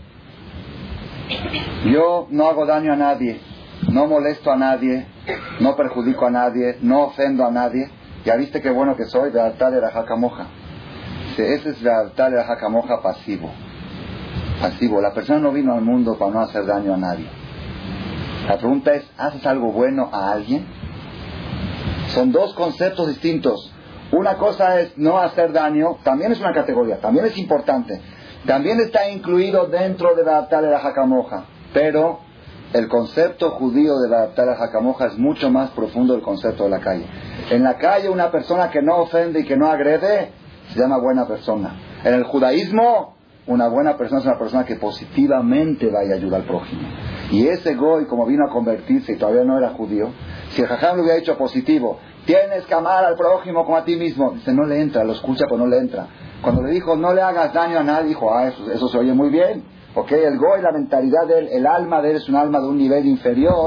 yo no hago daño a nadie, no molesto a nadie, no perjudico a nadie, no ofendo a nadie. Ya viste qué bueno que soy, Ve'avta l'eraja kamoja. Dice, ese es Ve'avta l'eraja kamoja pasivo. Pasivo. La persona no vino al mundo para no hacer daño a nadie. La pregunta es, ¿haces algo bueno a alguien? Son dos conceptos distintos. Una cosa es no hacer daño, también es una categoría, también es importante. También está incluido dentro de Ve'avta l'eraja kamoja. Pero el concepto judío de Ve'avta l'eraja kamoja es mucho más profundo del concepto de la calle. En la calle una persona que no ofende y que no agrede se llama buena persona. En el judaísmo una buena persona es una persona que positivamente va a ayudar al prójimo. Y ese goy, como vino a convertirse y todavía no era judío, si el jajam le hubiera dicho positivo, tienes que amar al prójimo como a ti mismo, dice, no le entra, lo escucha pero no le entra. Cuando le dijo no le hagas daño a nadie, dijo, ah, eso, eso se oye muy bien. Ok, el goy, la mentalidad de él, el alma de él es un alma de un nivel inferior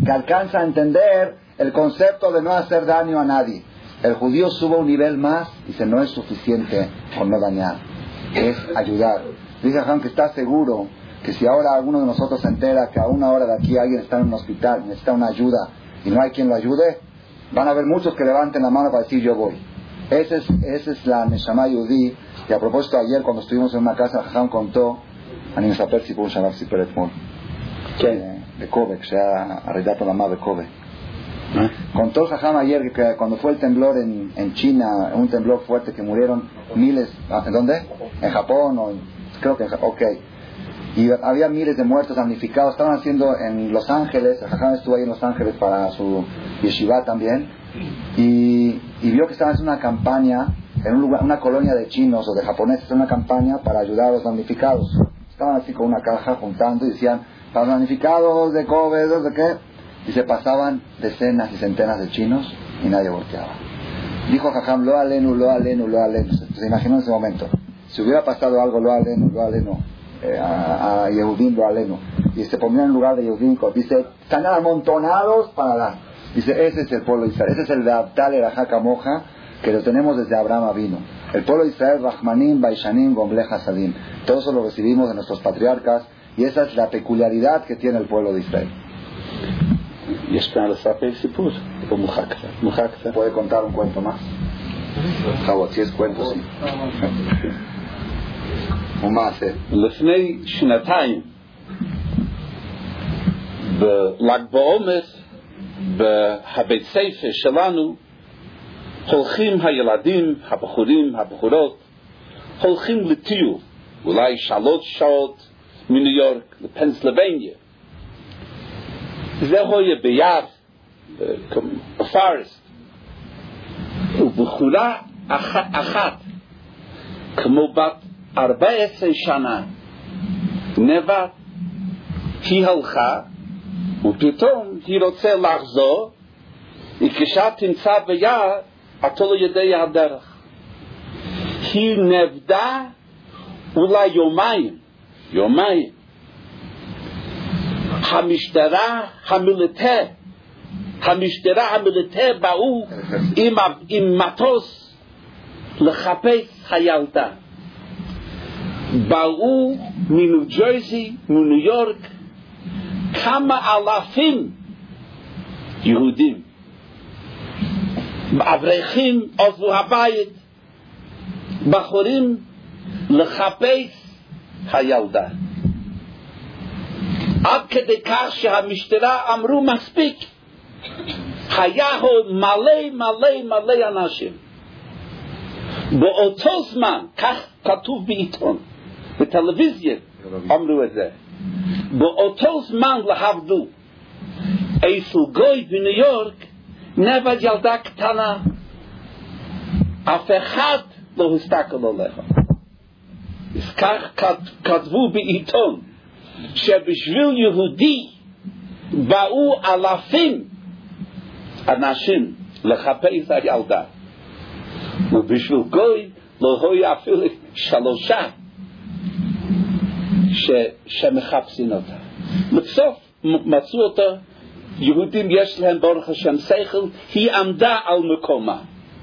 que alcanza a entender el concepto de no hacer daño a nadie. El judío sube un nivel más, dice, no es suficiente con no dañar, es ayudar. Dice Jajam que está seguro que si ahora alguno de nosotros se entera que a una hora de aquí alguien está en un hospital, necesita una ayuda y no hay quien lo ayude, van a haber muchos que levanten la mano para decir yo voy. Esa es, esa es la Neshama Yehudí. Y a propósito, ayer cuando estuvimos en una casa, Jajam contó, a mí saber si puedo llamar si Peretmol, de Kobe, que se ha arreglado la madre de Kobe. ¿Eh? Contó Jajam ayer que cuando fue el temblor en, en China, un temblor fuerte que murieron miles, ¿en dónde? En Japón, o en, creo que en Japón, ok. Y había miles de muertos damnificados. Estaban haciendo en Los Ángeles, Jajam estuvo ahí en Los Ángeles para su yeshiva también, y, y vio que estaban haciendo una campaña en un lugar, una colonia de chinos o de japoneses, una campaña para ayudar a los damnificados. Estaban así con una caja juntando y decían, para los damnificados de Kobe, ¿de qué? Y se pasaban decenas y centenas de chinos y nadie volteaba. Dijo Jajam, lo alenu, lo alenu, lo alenu. Se imaginó en ese momento, si hubiera pasado algo, lo alenu, lo alenu, eh, a, a Yehudim, lo alenu, y se ponían en lugar de Yehudim, dice, están amontonados para dar. Dice, ese es el pueblo de Israel, ese es el de Abtal Erajá Moja, que lo tenemos desde Abraham vino. El pueblo de Israel, Rahmanim, Baishanim, Gomble Hasadim. Todo eso lo recibimos de nuestros patriarcas y esa es la peculiaridad que tiene el pueblo de Israel. ¿Puede contar un cuento más? Jabot, si es cuento, sí. Un más, eh. לפני שנתיים בל"ג בעומר בבית ספר שלנו הולכים הילדים, הבחורים, הבחורות, הולכים לטיול, אולי שלוש שעות מניו יורק לפנסילבניה. זה היה ביער, בפארסט, ובחורה אחת, כמו בת ארבע עשרה שנה, נבט, היא הלכה, ופתאום היא רוצה לחזור, וכשאת תמצא ביער, אתה לא יודע הדרך. היא נבדה אולי יומיים, יומיים. המשטרה המיליטר, המשטרה המיליטר באו עם, עם מטוס לחפש הילדה. באו מניו ג'רזי, מניו יורק, כמה אלפים יהודים. אברכים עזבו הבית, בחורים לחפש הילדה. עד כדי כך שהמשטרה אמרו מספיק. היה מלא מלא מלא אנשים. באותו זמן, כך כתוב בעיתון, בטלוויזיה אמרו את זה, באותו זמן להבדו, אצל גוי בניו יורק נבד ילדה קטנה, אף אחד לא הסתכל עליך. כך כתבו בעיתון, שבשביל יהודי באו אלפים אנשים לחפש הילדה, ובשביל גוי לא היה אפילו שלושה שמחפשים אותה. בסוף מצאו אותה, יהודים יש להם ברוך השם שכל, היא עמדה על מקומה.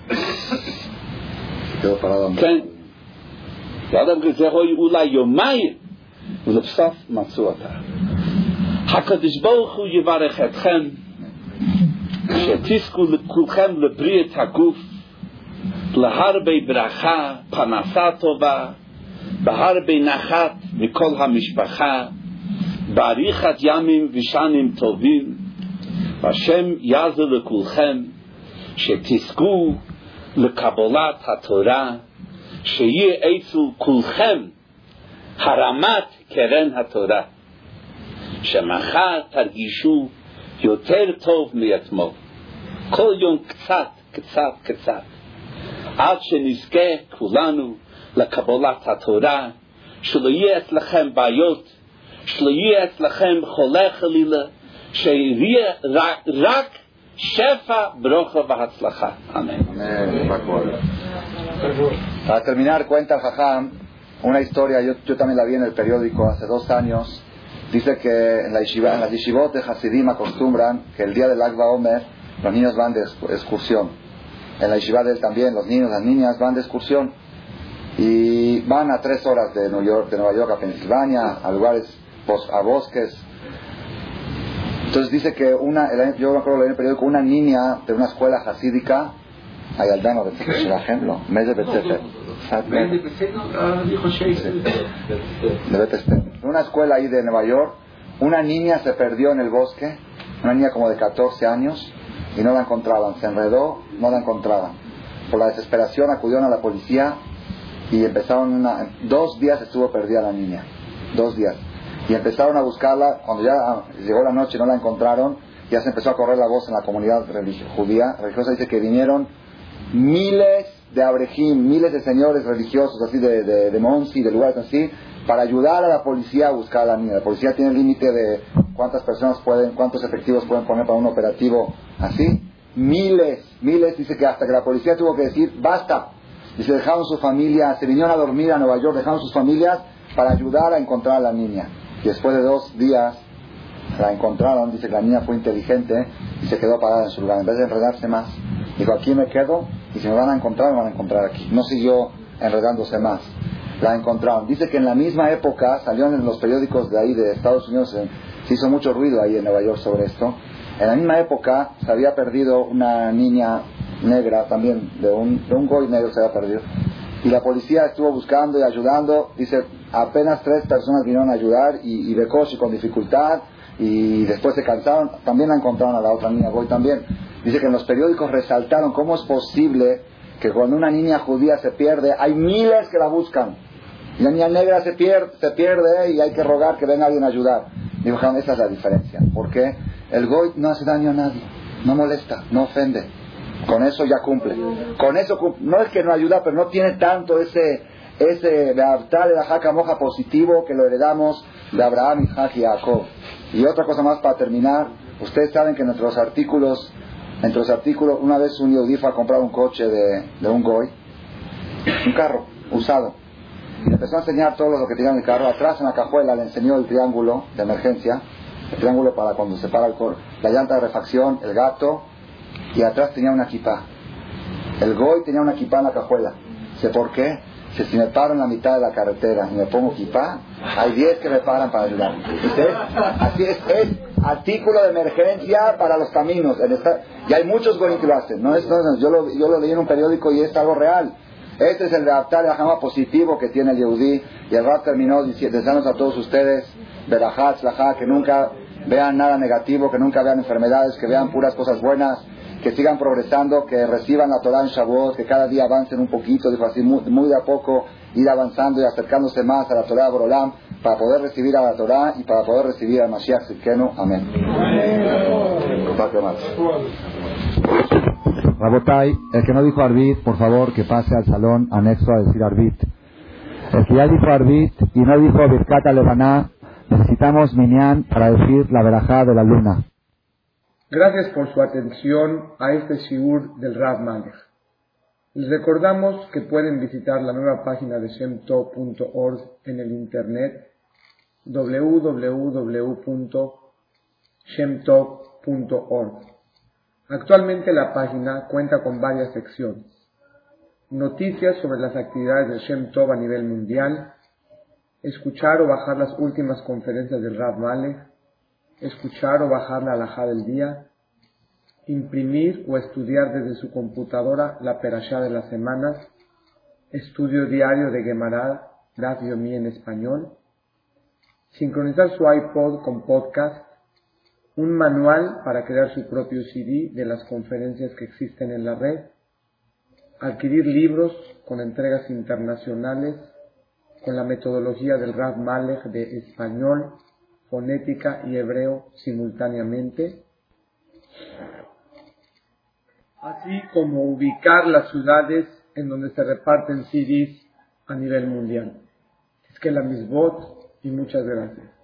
כן. ואדם זה אולי יומיים, ולבסוף מצאו אותה. הקדוש ברוך הוא יברך אתכם, שתזכו כולכם לבריאת הגוף, להרבה ברכה, פרנסה טובה, בהרבה נחת מכל המשפחה, באריכת ימים ושנים טובים, והשם יעזור לכולכם, שתזכו לקבלת התורה, שיהיה אצל כולכם הרמת קרן התורה, שמחר תרגישו יותר טוב מאתמול, כל יום קצת, קצת, קצת, עד שנזכה כולנו לקבלת התורה, שלא יהיה אצלכם בעיות, שלא יהיה אצלכם חולה חלילה, שיהיה רק שפע, ברכה והצלחה. Amén. Para terminar, cuenta el Jajam una historia, yo, yo también la vi en el periódico hace dos años, Dice que en, la yeshiva, en las yeshivot de Hasidim acostumbran que el día del Lag BaOmer los niños van de excursión. En la yeshiva de él también los niños, las niñas van de excursión y van a tres horas de Nueva York, de Nueva York a Pensilvania, a lugares, a bosques. Entonces dice que una, yo me acuerdo leer en el periódico, una niña de una escuela hasídica, hay Aldano de por ejemplo, mes de Betzefer, de una escuela ahí de Nueva York, una niña se perdió en el bosque, una niña como de catorce años, y no la encontraban, se enredó, no la encontraban. Por la desesperación acudieron a la policía y empezaron una, dos días estuvo perdida la niña, dos días. Y empezaron a buscarla. Cuando ya llegó la noche y no la encontraron, ya se empezó a correr la voz en la comunidad religio- judía religiosa. Dice que vinieron miles de abrejim, miles de señores religiosos así de, de, de Monsi, de lugares así, para ayudar a la policía a buscar a la niña. La policía tiene el límite de cuántas personas pueden, cuántos efectivos pueden poner para un operativo así. Miles, miles. Dice que hasta que la policía tuvo que decir basta. Y se dejaron su familia, se vinieron a dormir a Nueva York, dejaron sus familias para ayudar a encontrar a la niña. Y después de dos días la encontraron. Dice que la niña fue inteligente y se quedó parada en su lugar. En vez de enredarse más, dijo, aquí me quedo y si me van a encontrar, me van a encontrar aquí. No siguió enredándose más. La encontraron. Dice que en la misma época salieron en los periódicos de ahí de Estados Unidos, en, se hizo mucho ruido ahí en Nueva York sobre esto. En la misma época se había perdido una niña negra también, de un, de un goy negro se había perdido. Y la policía estuvo buscando y ayudando. Dice, apenas tres personas vinieron a ayudar y, y Bekoshi con dificultad, y después se cansaron. También la encontraron a la otra niña, Goy también. Dice que en los periódicos resaltaron cómo es posible que cuando una niña judía se pierde, hay miles que la buscan. Y la niña negra se pierde, se pierde y hay que rogar que venga alguien a ayudar. Dijo, esa es la diferencia. ¿Por qué? El Goy no hace daño a nadie, no molesta, no ofende. Con eso ya cumple. Con eso cumple. No es que no ayuda, pero no tiene tanto ese ese de adaptar el Ajaka Moja positivo que lo heredamos de Abraham, Isaac y Jacob. Y otra cosa más para terminar. Ustedes saben que en nuestros artículos, entre los artículos, una vez un yehudí fue a comprar un coche de, de un goy, un carro usado. Y le empezó a enseñar todo lo que tenía en el carro. Atrás en la cajuela le enseñó el triángulo de emergencia, el triángulo para cuando se para el cor, la llanta de refacción, el gato, y atrás tenía una kipá. El goy tenía una kipá en la cajuela. Sé por qué. Si, si me paro en la mitad de la carretera y me pongo kipá, hay diez que me paran para ayudar. ¿Usted? Así es, es artículo de emergencia para los caminos. Esta, y hay muchos goyim que lo hacen. No es, no, no, yo, lo, yo lo leí en un periódico y es algo real. Este es el de adaptar el ajama positivo que tiene el Yehudí. Y el Rab terminó deseándonos a todos ustedes, Berajat, Slajá, que nunca vean nada negativo, que nunca vean enfermedades, que vean puras cosas buenas, que sigan progresando, que reciban la Torah en Shavuot, que cada día avancen un poquito, dijo así, muy, muy de a poco, ir avanzando y acercándose más a la Torah de Borolam, para poder recibir a la Torah y para poder recibir al Mashiach Tzidkenu. Amén. Rabotai, el que no dijo Arbit, por favor, que pase al salón anexo a decir Arbit. El que ya dijo Arbit y no dijo Birkat Levaná, necesitamos Minyan para decir la verajá de la luna. Gracias por su atención a este shiur del Rav Malech. Les recordamos que pueden visitar la nueva página de shem tov punto org en el internet doble u doble u doble u punto shem tov punto org. Actualmente la página cuenta con varias secciones: noticias sobre las actividades de Shem Tov a nivel mundial, escuchar o bajar las últimas conferencias del Rav Malech, escuchar o bajar la halajá del día, imprimir o estudiar desde su computadora la perashá de las semanas, estudio diario de Gemara, Daf Yomi en español, sincronizar su iPod con podcast, un manual para crear su propio C D de las conferencias que existen en la red, adquirir libros con entregas internacionales con la metodología del Rav Malech de español, fonética y hebreo simultáneamente, así como ubicar las ciudades en donde se reparten C Ds a nivel mundial. Es que la misbot y muchas gracias.